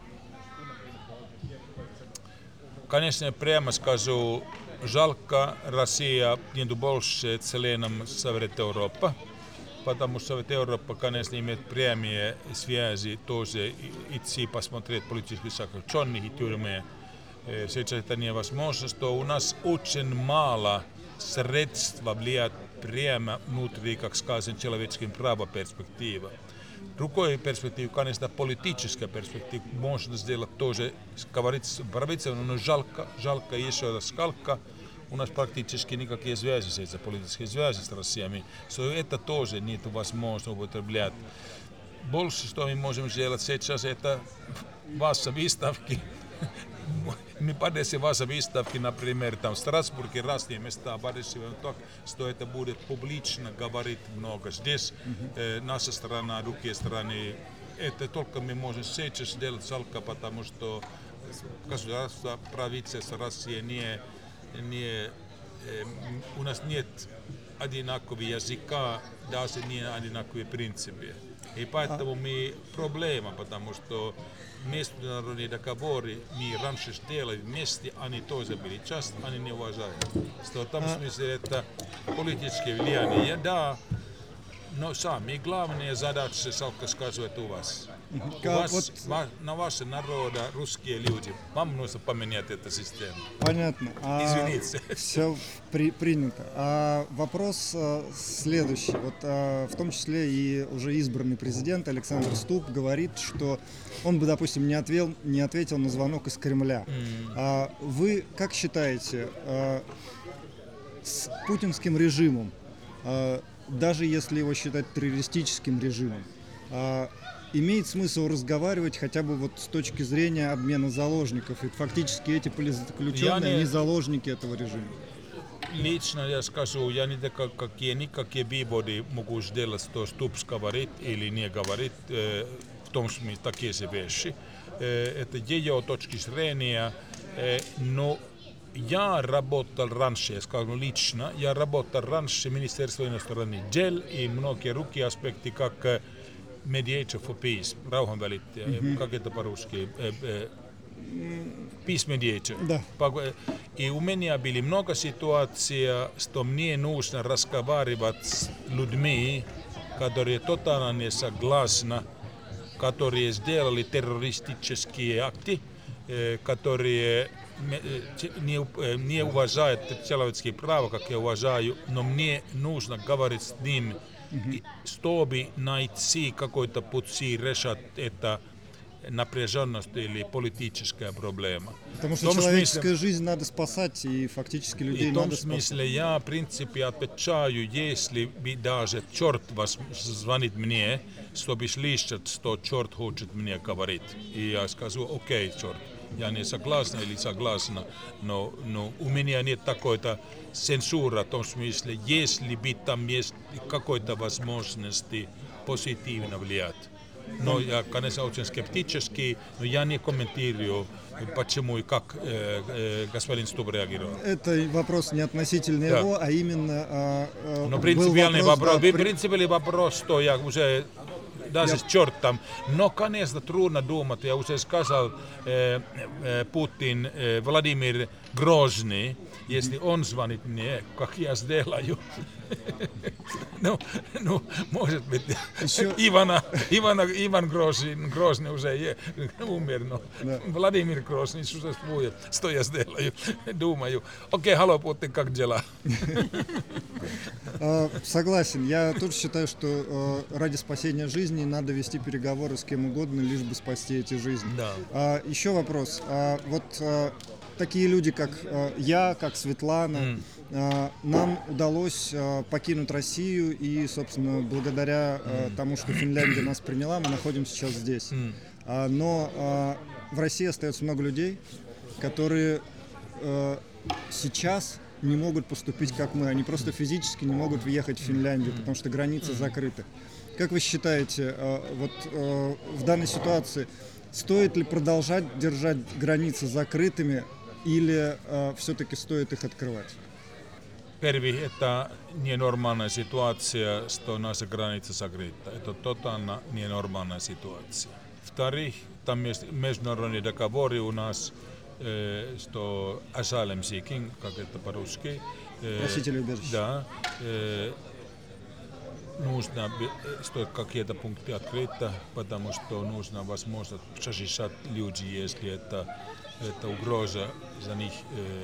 [SPEAKER 8] Конечно, прямо скажу, жалко, Россия не больше членом Совета Европы, потому что Совет Европы, конечно, имеет прямые связи тоже идти посмотреть политических заключенных и тюрьмы. Сейчас это невозможно, что у нас очень мало средства влияют прямо внутри, как сказано, человеческим правом перспектива. Другой перспектив, конечно, политическая перспектива, можно сделать тоже, говорить правительством, но жалко, жалко еще раз жалко, у нас практически никакие связи с этими политическими связи с Россией, что это тоже нет возможности употреблять. Больше, что мы можем сделать сейчас, это ваши выставки. Мы подошли ваши выставки, например, там в Страсбурге разные места подошли так, что это будет публично говорить много. Здесь э, наша страна, другие страны, это только мы можем сейчас сделать жалко, потому что государство, правительство России не, не э, у нас нет одинакового языка, даже не одинаковые принципы. И поэтому мы проблема, потому что международные договоры мы раньше сделали вместе, они тоже были часть, они не уважают. Что в том смысле это политическое влияние, да, но сами главные задачи, сколько сказывают у вас. У вас, вот... ва, на ваши народа, русские люди, вам нужно поменять эту систему.
[SPEAKER 1] Понятно. А,
[SPEAKER 8] извините.
[SPEAKER 1] Все при, принято. А вопрос а, следующий. Вот, а, в том числе и уже избранный президент Александр Ступ говорит, что он бы, допустим, не ответил, не ответил на звонок из Кремля. Mm. А, вы как считаете, а, с путинским режимом, а, даже если его считать террористическим режимом, а, имеет смысл разговаривать хотя бы вот с точки зрения обмена заложников? И фактически эти политзаключенные,
[SPEAKER 8] не...
[SPEAKER 1] они заложники этого режима.
[SPEAKER 8] Лично я скажу, я не знаю, какие никакие выводы могу сделать, что Ступс говорит или не говорит, э, в том смысле такие же вещи. Э, это ее точки зрения, э, но я работал раньше, я скажу лично, я работал раньше в Министерстве иностранных дел и многие другие аспекты, как mediator for peace, рауhanvälittäjä, mm-hmm. как это по-русски, э, э, peace mediator.
[SPEAKER 1] Да.
[SPEAKER 8] И у меня были много ситуаций, что мне нужно разговаривать с людьми, которые тотально не согласны, которые сделали террористические акты, э, которые не, не уважают человеческие права, как я уважаю, но мне нужно говорить с ним, mm-hmm. чтобы найти какой-то пути решать это напряженность или политическая проблема.
[SPEAKER 1] Потому что человеческая смысле, жизнь надо спасать, и фактически людей надо спасать.
[SPEAKER 8] В том смысле я, в принципе, отвечаю, если даже черт звонит мне, чтобы слышать, что черт хочет мне говорить. И я скажу, окей, черт, я не согласна или согласна, но, но у меня нет такой-то цензуры в том смысле, если бы там есть какой-то возможности позитивно влиять. Но я, конечно, очень скептический, но я не комментирую, почему и как э, э, господин Стуб реагировал.
[SPEAKER 1] Это вопрос не относительно да. его, а именно... Э,
[SPEAKER 8] но принципиальный вопрос, вопрос, да, при... принципиальный вопрос, что я уже... даже с чертом, но, конечно, трудно думать, я уже сказал, э, э, Путин, э, Владимир Грозный, если он звонит мне, как я сделаю, ну, ну, может быть, Ивана, Ивана, Иван Грозный, Грозный уже умер, но да. Владимир Грозный существует, что я сделаю, думаю, окей, алло, Путин, как дела?
[SPEAKER 1] Согласен, я тоже считаю, что ради спасения жизни надо вести переговоры с кем угодно, лишь бы спасти эти жизни. Да. Еще вопрос, вот такие люди, как я, как Светлана, mm. нам удалось покинуть Россию, и, собственно, благодаря mm. тому, что Финляндия нас приняла, мы находимся сейчас здесь. Mm. Но в России остается много людей, которые сейчас не могут поступить, как мы. Они просто физически не могут въехать в Финляндию, потому что границы закрыты. Как вы считаете, вот в данной ситуации стоит ли продолжать держать границы закрытыми, или э, все-таки стоит их открывать?
[SPEAKER 8] Первый, это ненормальная ситуация, что наша граница закрыта. Это тотально ненормальная ситуация. Второй, там есть международные договоры у нас, э, что asylum seeking, как это по-русски.
[SPEAKER 1] Э, Просители убежища.
[SPEAKER 8] Да. Э, нужно, что какие-то пункты открыты, потому что нужно возможность защищать людей, если это это угроза за них э,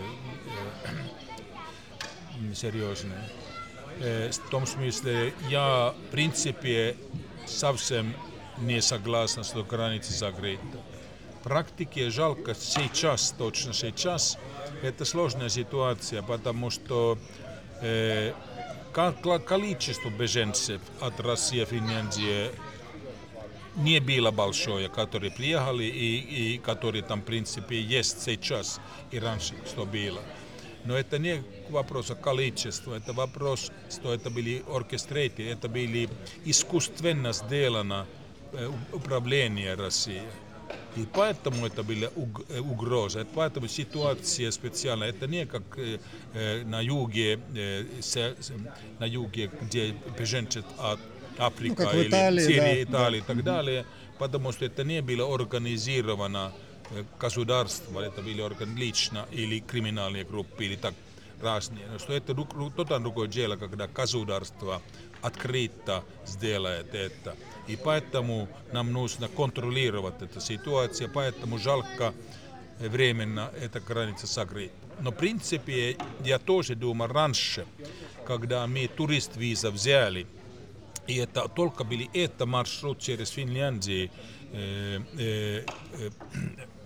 [SPEAKER 8] э, серьезная. Э, в том смысле, я в принципе совсем не согласен, что границы закрыты. В практике жалко сейчас, точно сейчас, это сложная ситуация, потому что э, количество беженцев от России и Финляндии не было большое, которые приехали и, и которые там, в принципе, есть сейчас и раньше, что было. Но это не вопрос о количестве, это вопрос, что это были оркестраты, это были искусственно сделано э, управление России. И поэтому это была угроза, поэтому ситуация специальная. Это не как э, э, на юге, э, с, на юге, где беженцы от Африка
[SPEAKER 1] ну,
[SPEAKER 8] или
[SPEAKER 1] Италии,
[SPEAKER 8] Сирия,
[SPEAKER 1] да,
[SPEAKER 8] Италия
[SPEAKER 1] да.
[SPEAKER 8] и так далее, потому что это не было организировано государство, это были орган лично или криминальные группы или так разные. Но что это тотально другое дело, когда государство открыто сделает это. И поэтому нам нужно контролировать эту ситуацию, поэтому жалко временно эта граница закрыта. Но в принципе я тоже думал раньше, когда мы турист-виза взяли, и это только были это маршрут через Финляндию, э, э,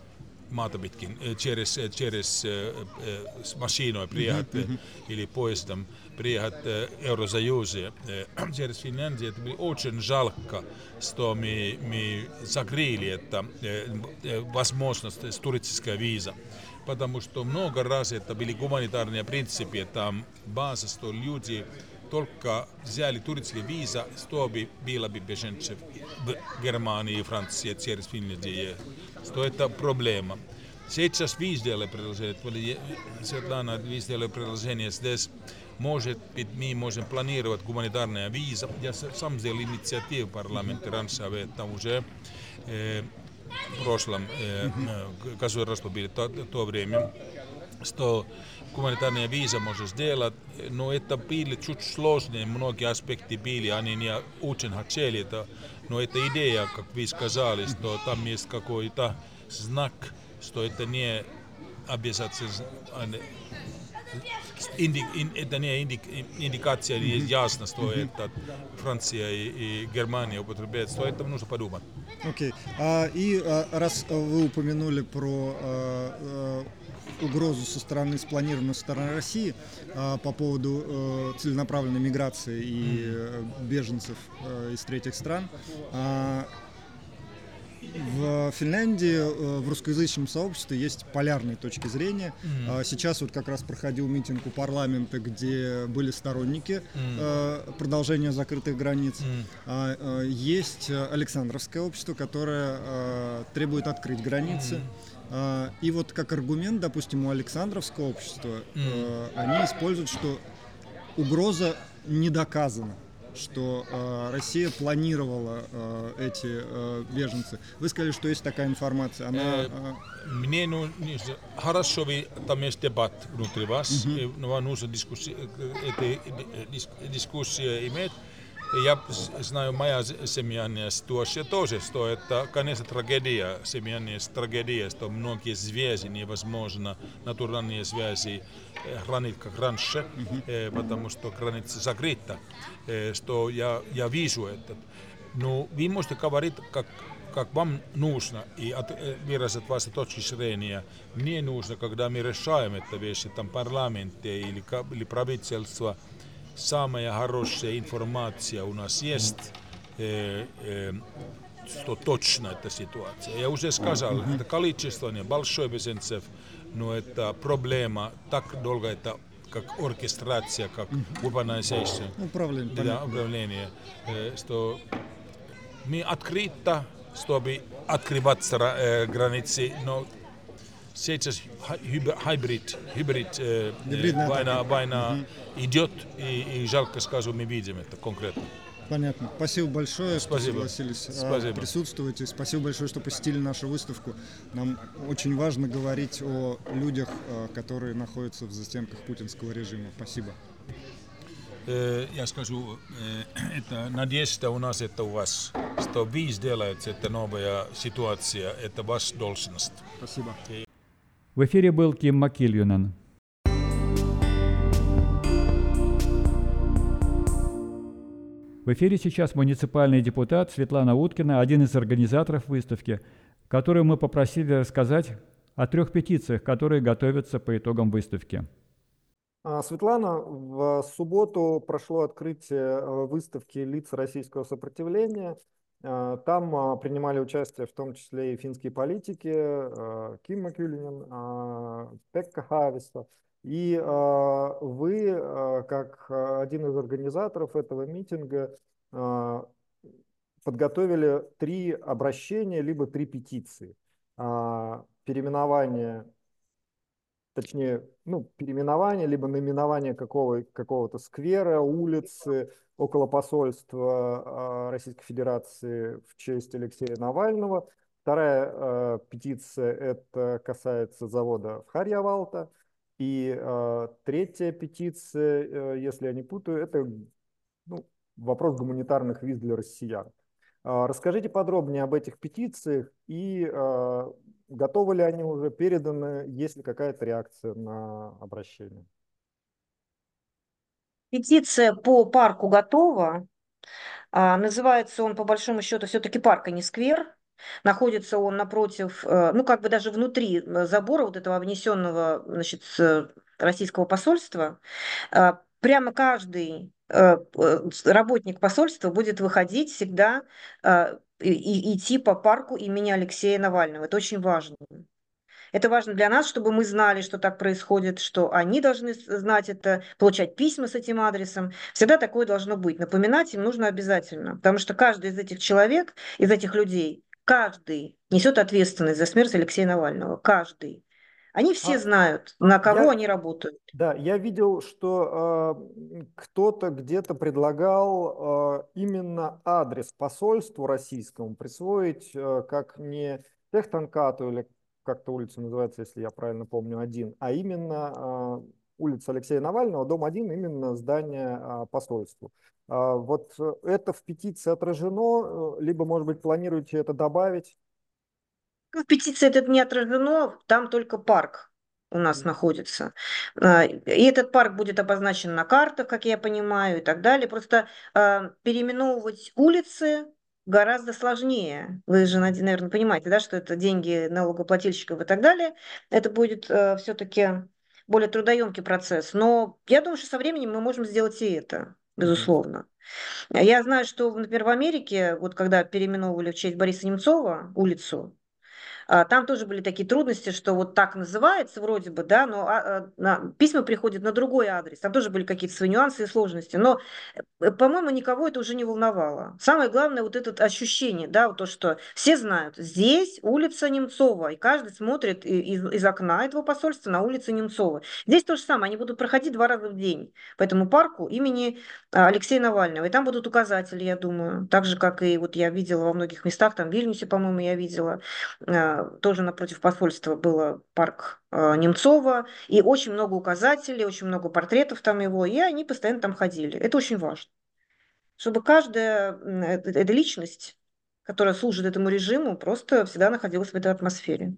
[SPEAKER 8] maata pitkin, через, через машиной приехать
[SPEAKER 1] Мгм, мгм.
[SPEAKER 8] или поездом приехать в Евросоюзе через Финляндию. Это было очень жалко, что мы, мы закрыли это возможность с туристической виза. Потому что много раз это были гуманитарные принципы, там база, что люди только взяли туристические виза, чтобы было бы беженцев в Германии и Франции через Финляндию. Что это проблема. Сейчас вы сделали предложение, Светлана, вы сделали предложение здесь. Может быть, мы можем планировать гуманитарные виза. Я сам сделал инициативу в парламенте раньше об этом уже. Э, в прошлом э, государство было то, то время, что гуманитарные виза можно сделать, но это было чуть сложнее, многие аспекты были, они не очень хотели это, но эта идея, как вы сказали, что там есть какой-то знак, что это не обязательно, инди, это не инди, индикация, mm-hmm. ясно, что mm-hmm. это Франция и, и Германия употребляют, что это нужно подумать.
[SPEAKER 1] Окей. Okay. А, и а, раз вы упомянули про а, а, угрозу со стороны, спланированной со стороны России а, по поводу а, целенаправленной миграции и mm-hmm. беженцев а, из третьих стран, а, в Финляндии в русскоязычном сообществе есть полярные точки зрения. Mm-hmm. Сейчас вот как раз проходил митинг у парламента, где были сторонники mm-hmm. продолжения закрытых границ. Mm-hmm. Есть Александровское общество, которое требует открыть границы. Mm-hmm. И вот как аргумент, допустим, у Александровского общества mm-hmm. они используют, что угроза не доказана, что э, Россия планировала э, эти э, беженцы. Вы сказали, что есть такая информация. Она, э,
[SPEAKER 8] Мне ну, хорошо, там есть дебат внутри вас, но нужно дискуссия иметь. Я знаю, моя семейная ситуация тоже, что это, конечно, трагедия, семейная трагедия, что многие связи невозможно, натуральные связи хранить как раньше, mm-hmm. потому что граница закрыта, что я, я вижу это. Но вы можете говорить, как, как вам нужно, и от, выразить ваши точки зрения. Мне нужно, когда мы решаем это вещи, там парламенте или, или правительство, самая хорошая информация у нас есть, э, э, что точно эта ситуация. Я уже сказал, mm-hmm. это количество небольшое беженцев, но это проблема так долго, это как оркестрация, как urbanization,
[SPEAKER 1] mm-hmm. управление,
[SPEAKER 8] да, управление, э, что мы открыто, чтобы открывать э, границы, но сейчас хибрид, хибрид э, война, война угу. идет, и, и жалко скажу, мы видим это конкретно.
[SPEAKER 1] Понятно. Спасибо большое,
[SPEAKER 8] Спасибо.
[SPEAKER 1] что согласились
[SPEAKER 8] Спасибо.
[SPEAKER 1] присутствовать. И спасибо большое, что посетили нашу выставку. Нам очень важно говорить о людях, которые находятся в застенках путинского режима. Спасибо.
[SPEAKER 8] Я скажу, это надежда у нас, это у вас, что вы сделаете, это новая ситуация, это ваша должность.
[SPEAKER 1] Спасибо.
[SPEAKER 2] В эфире был Ким Макильюнен. В эфире сейчас муниципальный депутат Светлана Уткина, один из организаторов выставки, которую мы попросили рассказать о трех петициях, которые готовятся по итогам выставки.
[SPEAKER 1] Светлана, в субботу прошло открытие выставки «Лица российского сопротивления». Там принимали участие в том числе и финские политики, Ким Макильюнен, Пекка Хааvisto. И вы, как один из организаторов этого митинга, подготовили три обращения, либо три петиции. Переименование, точнее, ну, переименование, либо наименование какого, какого-то сквера, улицы около посольства Российской Федерации в честь Алексея Навального. Вторая э, петиция, это касается завода в Харьявалта. И э, третья петиция, э, если я не путаю, это ну, вопрос гуманитарных виз для россиян. Э, расскажите подробнее об этих петициях и э, готовы ли они уже, переданы, есть ли какая-то реакция на обращение?
[SPEAKER 9] Петиция по парку готова. А, называется он, по большому счету, все-таки парк, а не сквер. Находится он напротив, э, ну, как бы даже внутри э, забора вот этого обнесенного, значит, с- российского посольства. Э, Прямо каждый э, э, работник посольства будет выходить всегда э, и и идти по парку имени Алексея Навального. Это очень важно. Это важно для нас, чтобы мы знали, что так происходит, что они должны с- знать это, получать письма с этим адресом. Всегда такое должно быть. Напоминать им нужно обязательно, потому что каждый из этих человек, из этих людей, каждый несет ответственность за смерть Алексея Навального. Каждый. Они все
[SPEAKER 1] А
[SPEAKER 9] знают, на кого
[SPEAKER 1] я,
[SPEAKER 9] они работают.
[SPEAKER 1] да, я видел, что э, кто-то где-то предлагал э, именно адрес посольству российскому присвоить э, как не Техтанкату или как-то улица называется, если я правильно помню, один, а именно э, улица Алексея Навального, дом один, именно здание э, посольству. А вот э, это в петиции отражено, э, либо, может быть, планируете это добавить?
[SPEAKER 9] Ну, в петиции это не отражено, там только парк у нас находится. А, И этот парк будет обозначен на картах, как я понимаю, и так далее. Просто а, переименовывать улицы гораздо сложнее. Вы же, наде- наверное, понимаете, да, что это деньги налогоплательщиков и так далее. Это будет все-таки более трудоемкий процесс. Но я думаю, что со временем мы можем сделать и это,
[SPEAKER 1] Мгм.
[SPEAKER 9] безусловно. Я знаю, что, например, в Америке, вот когда переименовывали в честь Бориса Немцова улицу, а, там тоже были такие трудности, что вот так называется вроде бы, да, но а, а, на- письма приходят на другой адрес. Там тоже были какие-то свои нюансы и сложности. Но, э, по-моему, никого это уже не волновало. Самое главное вот это ощущение, да, вот то, что все знают, здесь улица Немцова, и каждый смотрит и- из, из окна этого посольства на улицу Немцова. Здесь то же самое, они будут проходить два раза в день по этому парку имени а, Алексея Навального. И там будут указатели, я думаю, так же, как и вот я видела во многих местах, там в Вильнюсе, по-моему, я видела, э, тоже напротив посольства был парк э, Немцова, и очень много указателей, очень много портретов там его, и они постоянно там ходили. Это очень важно, чтобы каждая м, э- э- эта личность, которая служит этому режиму, просто всегда находилась в этой атмосфере.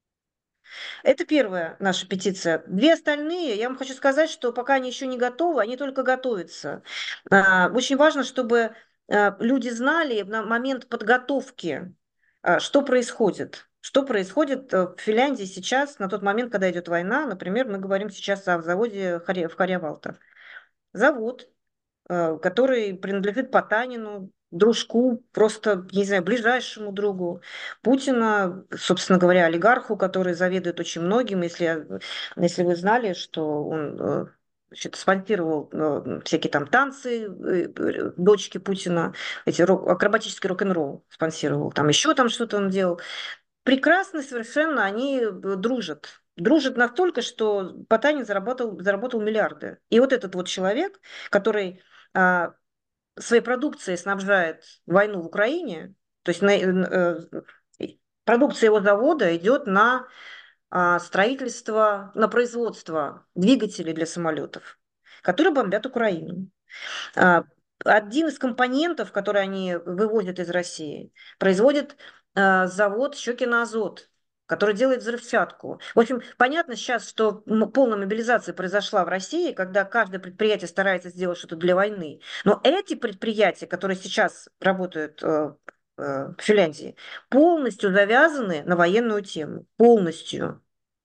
[SPEAKER 9] Это первая наша петиция. Две остальные, я вам хочу сказать, что пока они еще не готовы, они только готовятся. А, Очень важно, чтобы а, люди знали на момент подготовки, а, что происходит. Что происходит э, в Финляндии сейчас, на тот момент, когда идет война. Например, мы говорим сейчас о заводе Харе- в Харьявалта. Завод, э, который принадлежит Потанину, дружку, просто, не знаю, ближайшему другу Путина, собственно говоря, олигарху, который заведует очень многим. Если, я- если вы знали, что он э, значит, спонсировал э, всякие там танцы э, э, дочки Путина, эти рок- акробатический рок-н-ролл спонсировал, там еще там что-то он делал. Прекрасно совершенно они э, дружат. Дружат настолько, что Потанин заработал, заработал миллиарды. И вот этот вот человек, который а, своей продукцией снабжает войну в Украине, то есть на, э, э, продукция его завода идет на а, строительство, на производство двигателей для самолетов, которые бомбят Украину. А, Один из компонентов, который они вывозят из России, производит а, завод Щекино-Азот, который делает взрывчатку. В общем, понятно сейчас, что м- полная мобилизация произошла в России, когда каждое предприятие старается сделать что-то для войны. Но эти предприятия, которые сейчас работают э, э, в Финляндии, полностью завязаны на военную тему. Полностью.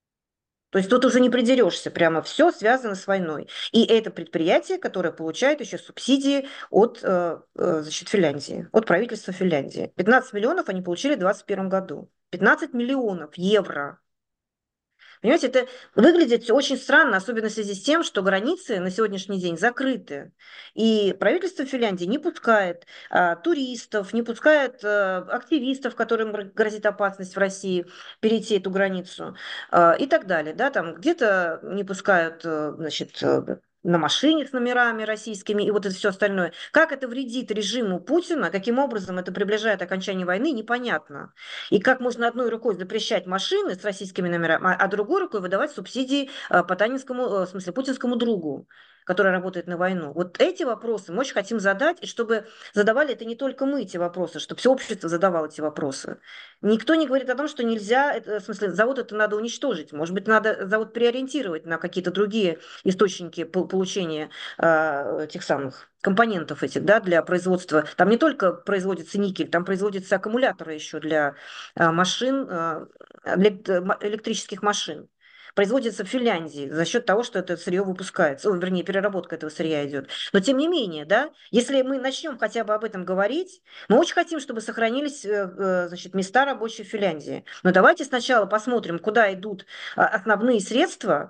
[SPEAKER 9] То есть тут уже не придерешься, прямо все связано с войной. И это предприятие, которое получает еще субсидии от э, э, значит, Финляндии, от правительства Финляндии. пятнадцать миллионов они получили в двадцать первом году. пятнадцать миллионов евро. Понимаете, это выглядит очень странно, особенно в связи с тем, что границы на сегодняшний день закрыты. И правительство Финляндии не пускает а, туристов, не пускает а, активистов, которым гр- грозит опасность в России, перейти эту границу а, и так далее. Да, там где-то не пускают, э, значит, э, на машине с номерами российскими и вот это все остальное. Как это вредит режиму Путина, каким образом это приближает окончание войны, непонятно. И как можно одной рукой запрещать машины с российскими номерами, а, а другой рукой выдавать субсидии э, Потанинскому, э, в смысле, путинскому другу. который работает на войну. Вот эти вопросы мы очень хотим задать, и чтобы задавали это не только мы, эти вопросы, чтобы все общество задавало эти вопросы. Никто не говорит о том, что нельзя, это, в смысле, завод это надо уничтожить. Может быть, надо завод переориентировать на какие-то другие источники получения э, этих самых компонентов этих, да, для производства. Там не только производится никель, там производятся аккумуляторы еще для э, машин, э, для электрических машин. Производится в Финляндии за счет того, что это сырье выпускается, о, вернее, переработка этого сырья идет. Но тем не менее, да, если мы начнем хотя бы об этом говорить, мы очень хотим, чтобы сохранились значит, места рабочие в Финляндии. Но давайте сначала посмотрим, куда идут основные средства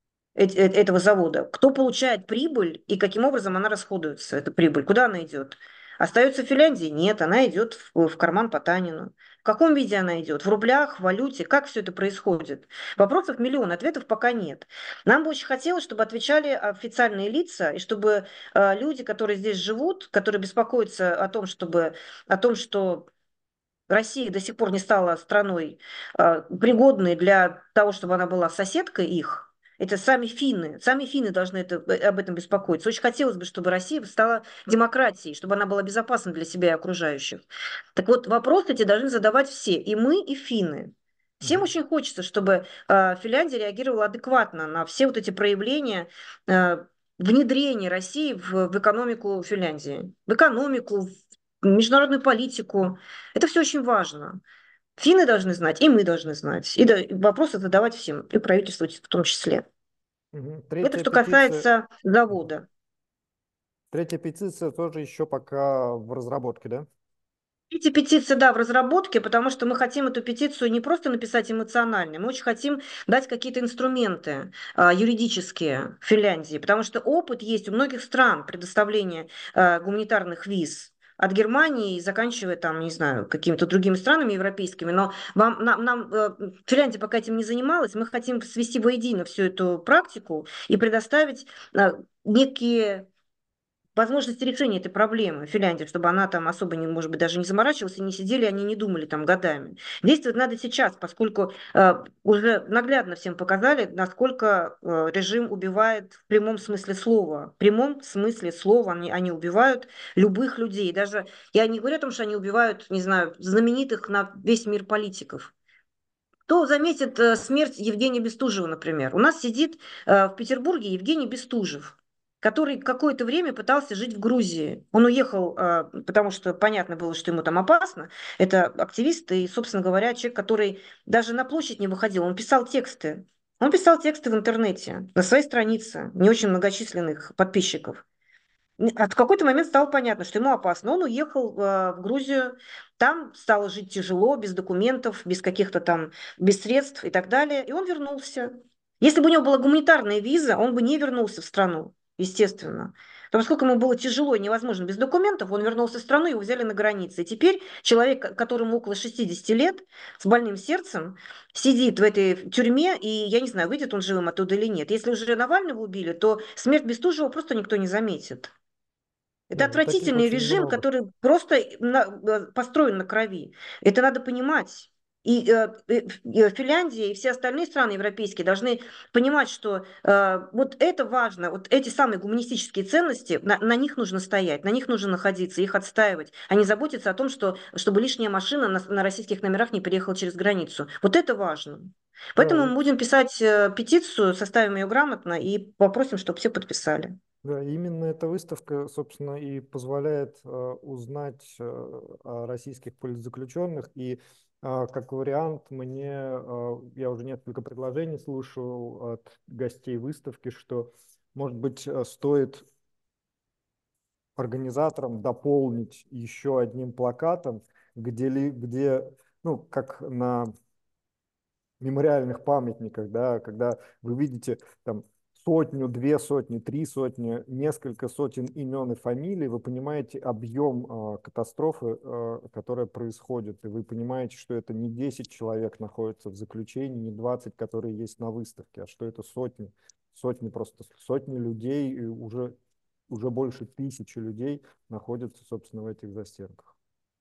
[SPEAKER 9] этого завода, кто получает прибыль и каким образом она расходуется, эта прибыль, куда она идет. Остается в Финляндии? Нет, она идет в, в карман Потанину. В каком виде она идет? В рублях, в валюте? Как все это происходит? Вопросов миллион, ответов пока нет. Нам бы очень хотелось, чтобы отвечали официальные лица, и чтобы э, люди, которые здесь живут, которые беспокоятся о том, чтобы, о том, что Россия до сих пор не стала страной, э, пригодной для того, чтобы она была соседкой их, это сами финны. Сами финны должны это, об этом беспокоиться. Очень хотелось бы, чтобы Россия стала демократией, чтобы она была безопасна для себя и окружающих. Так вот, вопросы эти должны задавать все, и мы, и финны. Всем очень хочется, чтобы э, Финляндия реагировала адекватно на все вот эти проявления э, внедрения России в, в экономику Финляндии. В экономику, в международную политику. Это все очень важно. Финны должны знать, и мы должны знать. И, да, и вопросы задавать всем, и правительству в том числе.
[SPEAKER 1] Угу.
[SPEAKER 9] Это что
[SPEAKER 1] петиция...
[SPEAKER 9] касается завода.
[SPEAKER 1] Третья петиция тоже еще пока в разработке, да?
[SPEAKER 9] Эти петиции, да, в разработке, потому что мы хотим эту петицию не просто написать эмоционально, мы очень хотим дать какие-то инструменты а, юридические в Финляндии, потому что опыт есть у многих стран предоставления а, гуманитарных виз. От Германии, заканчивая там, не знаю, какими-то другими странами европейскими, но вам, нам, нам Финляндия пока этим не занималась, мы хотим свести воедино всю эту практику и предоставить некие возможности решения этой проблемы в Финляндии, чтобы она там особо, не, может быть, даже не заморачивалась, и не сидели, они не думали там годами. Действовать надо сейчас, поскольку э, уже наглядно всем показали, насколько э, режим убивает в прямом смысле слова. В прямом смысле слова они, они убивают любых людей. Даже я не говорю о том, что они убивают, не знаю, знаменитых на весь мир политиков. Кто заметит э, смерть Евгения Бестужева, например? У нас сидит э, в Петербурге Евгений Бестужев, который какое-то время пытался жить в Грузии. Он уехал, потому что понятно было, что ему там опасно. Это активист и, собственно говоря, человек, который даже на площадь не выходил. Он писал тексты. Он писал тексты в интернете, на своей странице, не очень многочисленных подписчиков. А в какой-то момент стало понятно, что ему опасно. Он уехал в Грузию, там стало жить тяжело, без документов, без каких-то там, без средств и так далее. И он вернулся. Если бы у него была гуманитарная виза, он бы не вернулся в страну. Естественно. Но поскольку ему было тяжело и невозможно без документов, он вернулся в страну, его взяли на границе. И теперь человек, которому около шестидесяти лет, с больным сердцем, сидит в этой тюрьме, и я не знаю, выйдет он живым оттуда или нет. Если уже Навального убили, то смерть Бестужева просто никто не заметит. Это да, отвратительный режим, много. Который просто на, построен на крови. Это надо понимать. И э, э, Финляндия и все остальные страны европейские должны понимать, что э, вот это важно, вот эти самые гуманистические ценности, на, на них нужно стоять, на них нужно находиться, их отстаивать, а не заботиться о том, что, чтобы лишняя машина на, на российских номерах не переехала через границу. Вот это важно. Поэтому да. Мы будем писать э, петицию, составим ее грамотно и попросим, чтобы все подписали.
[SPEAKER 1] Да, именно эта выставка, собственно, и позволяет э, узнать э, о российских политзаключенных. И э, как вариант мне, э, я уже несколько предложений слушал от гостей выставки, что, может быть, э, стоит организаторам дополнить еще одним плакатом, где, ли, где ну, как на мемориальных памятниках, да, когда вы видите там сотню, две сотни, три сотни, несколько сотен имен и фамилий, вы понимаете объем э, катастрофы, э, которая происходит, и вы понимаете, что это не десять человек находятся в заключении, не двадцать, которые есть на выставке, а что это сотни, сотни просто, сотни людей, и уже, уже больше тысячи людей находятся, собственно, в этих застенках.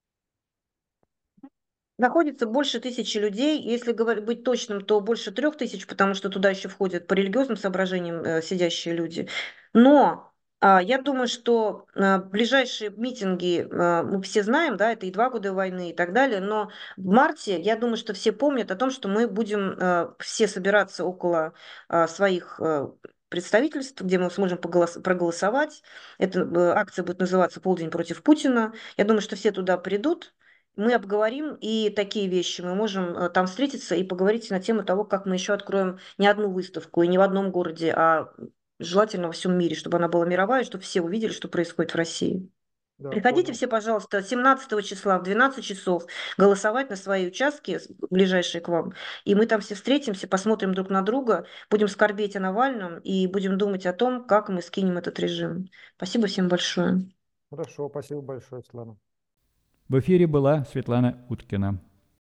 [SPEAKER 9] Находится больше тысячи людей, если говорить, быть точным, то больше трех тысяч, потому что туда еще входят по религиозным соображениям э, сидящие люди. Но а, я думаю, что а, ближайшие митинги, а, мы все знаем, да, это и два года войны и так далее, но в марте, я думаю, что все помнят о том, что мы будем а, все собираться около а, своих а, представительств, где мы сможем поголос- проголосовать. Эта э, акция будет называться «Полдень против Путина». Я думаю, что все туда придут, мы обговорим и такие вещи. Мы можем э, там встретиться и поговорить на тему того, как мы еще откроем не одну выставку и не в одном городе, а желательно во всем мире, чтобы она была мировая, чтобы все увидели, что происходит в России.
[SPEAKER 1] Да,
[SPEAKER 9] Приходите
[SPEAKER 1] понял.
[SPEAKER 9] все, пожалуйста, семнадцатого числа в двенадцать часов голосовать на свои участки, ближайшие к вам. И мы там все встретимся, посмотрим друг на друга, будем скорбеть о Навальном и будем думать о том, как мы скинем этот режим. Спасибо всем большое.
[SPEAKER 1] Хорошо, спасибо большое, Светлана.
[SPEAKER 2] В эфире была Светлана Уткина.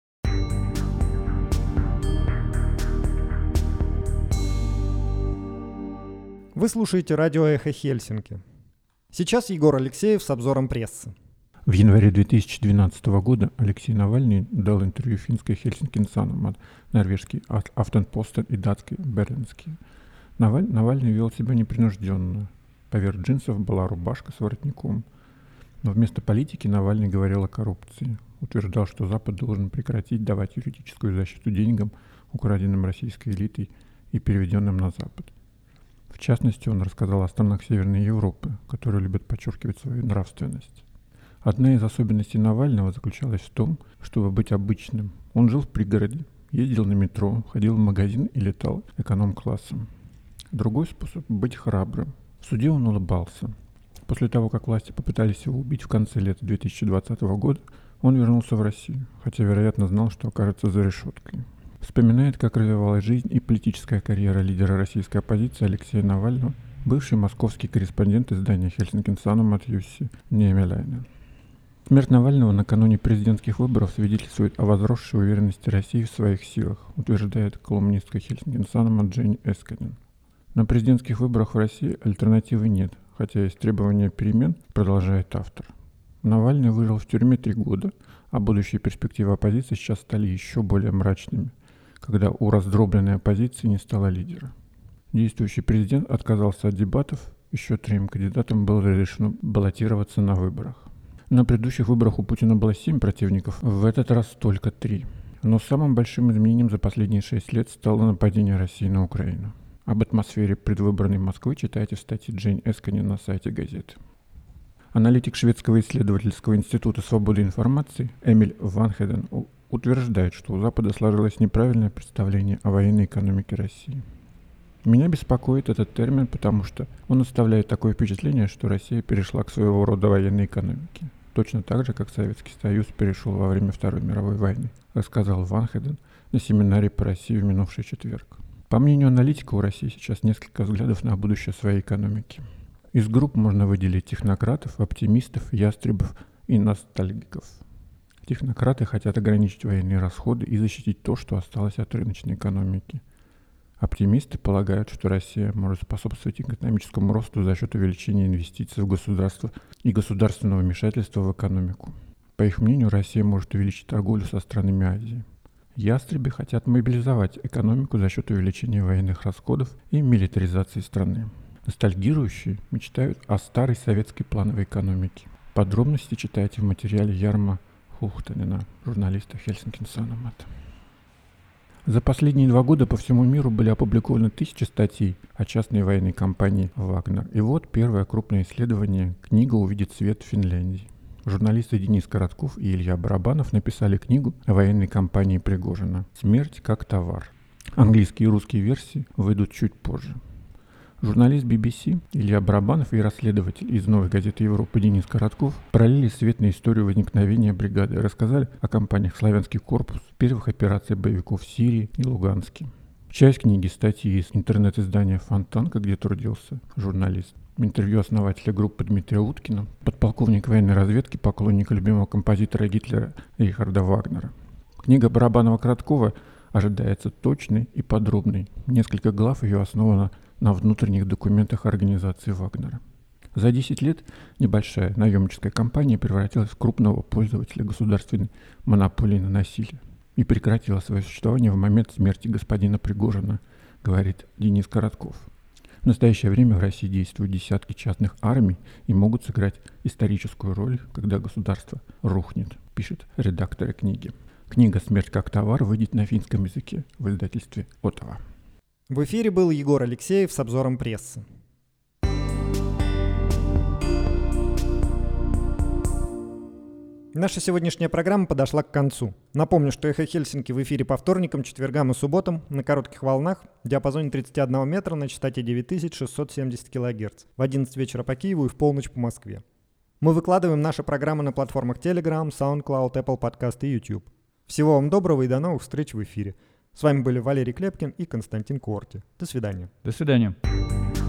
[SPEAKER 1] Вы слушаете радио «Эхо Хельсинки». Сейчас Егор Алексеев с обзором прессы.
[SPEAKER 10] В январе две тысячи двенадцатого года Алексей Навальный дал интервью финской Хельсинки Саномат, норвежский Афтенпостен и датский Берлинский. Наваль, Навальный вел себя непринужденно. Поверх джинсов была рубашка с воротником. Но вместо политики Навальный говорил о коррупции. Утверждал, что Запад должен прекратить давать юридическую защиту деньгам, украденным российской элитой и переведенным на Запад. В частности, он рассказал о странах Северной Европы, которые любят подчеркивать свою нравственность. Одна из особенностей Навального заключалась в том, чтобы быть обычным. Он жил в пригороде, ездил на метро, ходил в магазин и летал эконом-классом. Другой способ – быть храбрым. В суде он улыбался. После того, как власти попытались его убить в конце лета две тысячи двадцатого года, он вернулся в Россию, хотя, вероятно, знал, что окажется за решеткой. Вспоминает, как развивалась жизнь и политическая карьера лидера российской оппозиции Алексея Навального, бывший московский корреспондент издания «Хельсинки Саномат» Юсси Ниемеляйнен. Смерть Навального накануне президентских выборов свидетельствует о возросшей уверенности России в своих силах, утверждает колумнистка «Хельсинки Саномат» Дженни Эсканен. На президентских выборах в России альтернативы нет, хотя есть требования перемен, продолжает автор. Навальный выжил в тюрьме три года, а будущие перспективы оппозиции сейчас стали еще более мрачными, когда у раздробленной оппозиции не стало лидера. Действующий президент отказался от дебатов, еще трем кандидатам было разрешено баллотироваться на выборах. На предыдущих выборах у Путина было семь противников, в этот раз только три. Но самым большим изменением за последние шесть лет стало нападение России на Украину. Об атмосфере предвыборной Москвы читайте в статье Джейн Эсканен на сайте газеты. Аналитик Шведского исследовательского института свободы информации Эмиль Ванхеден утверждает, что у Запада сложилось неправильное представление о военной экономике России. Меня беспокоит этот термин, потому что он оставляет такое впечатление, что Россия перешла к своего рода военной экономике, точно так же, как Советский Союз перешел во время Второй мировой войны, рассказал Ванхеден на семинаре по России в минувший четверг. По мнению аналитика, у России сейчас несколько взглядов на будущее своей экономики. Из групп можно выделить технократов, оптимистов, ястребов и ностальгиков. Технократы хотят ограничить военные расходы и защитить то, что осталось от рыночной экономики. Оптимисты полагают, что Россия может способствовать экономическому росту за счет увеличения инвестиций в государство и государственного вмешательства в экономику. По их мнению, Россия может увеличить торговлю со странами Азии. Ястребы хотят мобилизовать экономику за счет увеличения военных расходов и милитаризации страны. Ностальгирующие мечтают о старой советской плановой экономике. Подробности читайте в материале Ярма Хухтанена, журналиста Хельсинки Саномат. За последние два года по всему миру были опубликованы тысячи статей о частной военной компании «Вагнер». И вот первое крупное исследование «Книга увидит свет в Финляндии». Журналисты Денис Коротков и Илья Барабанов написали книгу о военной компании Пригожина «Смерть как товар». Английские и русские версии выйдут чуть позже. Журналист би би си Илья Барабанов и расследователь из «Новой газеты Европы» Денис Коротков пролили свет на историю возникновения бригады и рассказали о компаниях «Славянский корпус», первых операциях боевиков в Сирии и Луганске. Часть книги – статьи из интернет-издания «Фонтанка», где трудился журналист. Интервью основателя группы Дмитрия Уткина, подполковник военной разведки, поклонника любимого композитора Гитлера Рихарда Вагнера. Книга Барабанова-Короткова ожидается точной и подробной. Несколько глав ее основано на внутренних документах организации Вагнера. За десять лет небольшая наемническая компания превратилась в крупного пользователя государственной монополии на насилие и прекратила свое существование в момент смерти господина Пригожина, говорит Денис Коротков. В настоящее время в России действуют десятки частных армий и могут сыграть историческую роль, когда государство рухнет, пишет редактор книги. Книга «Смерть как товар» выйдет на финском языке в издательстве Отава.
[SPEAKER 1] В эфире был Егор Алексеев с обзором прессы. Наша сегодняшняя программа подошла к концу. Напомню, что «Эхо Хельсинки» в эфире по вторникам, четвергам и субботам на коротких волнах в диапазоне тридцать один метра на частоте девять тысяч шестьсот семьдесят килогерц в одиннадцать вечера по Киеву и в полночь по Москве. Мы выкладываем наши программы на платформах Telegram, SoundCloud, Apple Podcast и YouTube. Всего вам доброго и до новых встреч в эфире. С вами были Валерий Клепкин и Константин Куорти. До свидания.
[SPEAKER 2] До свидания.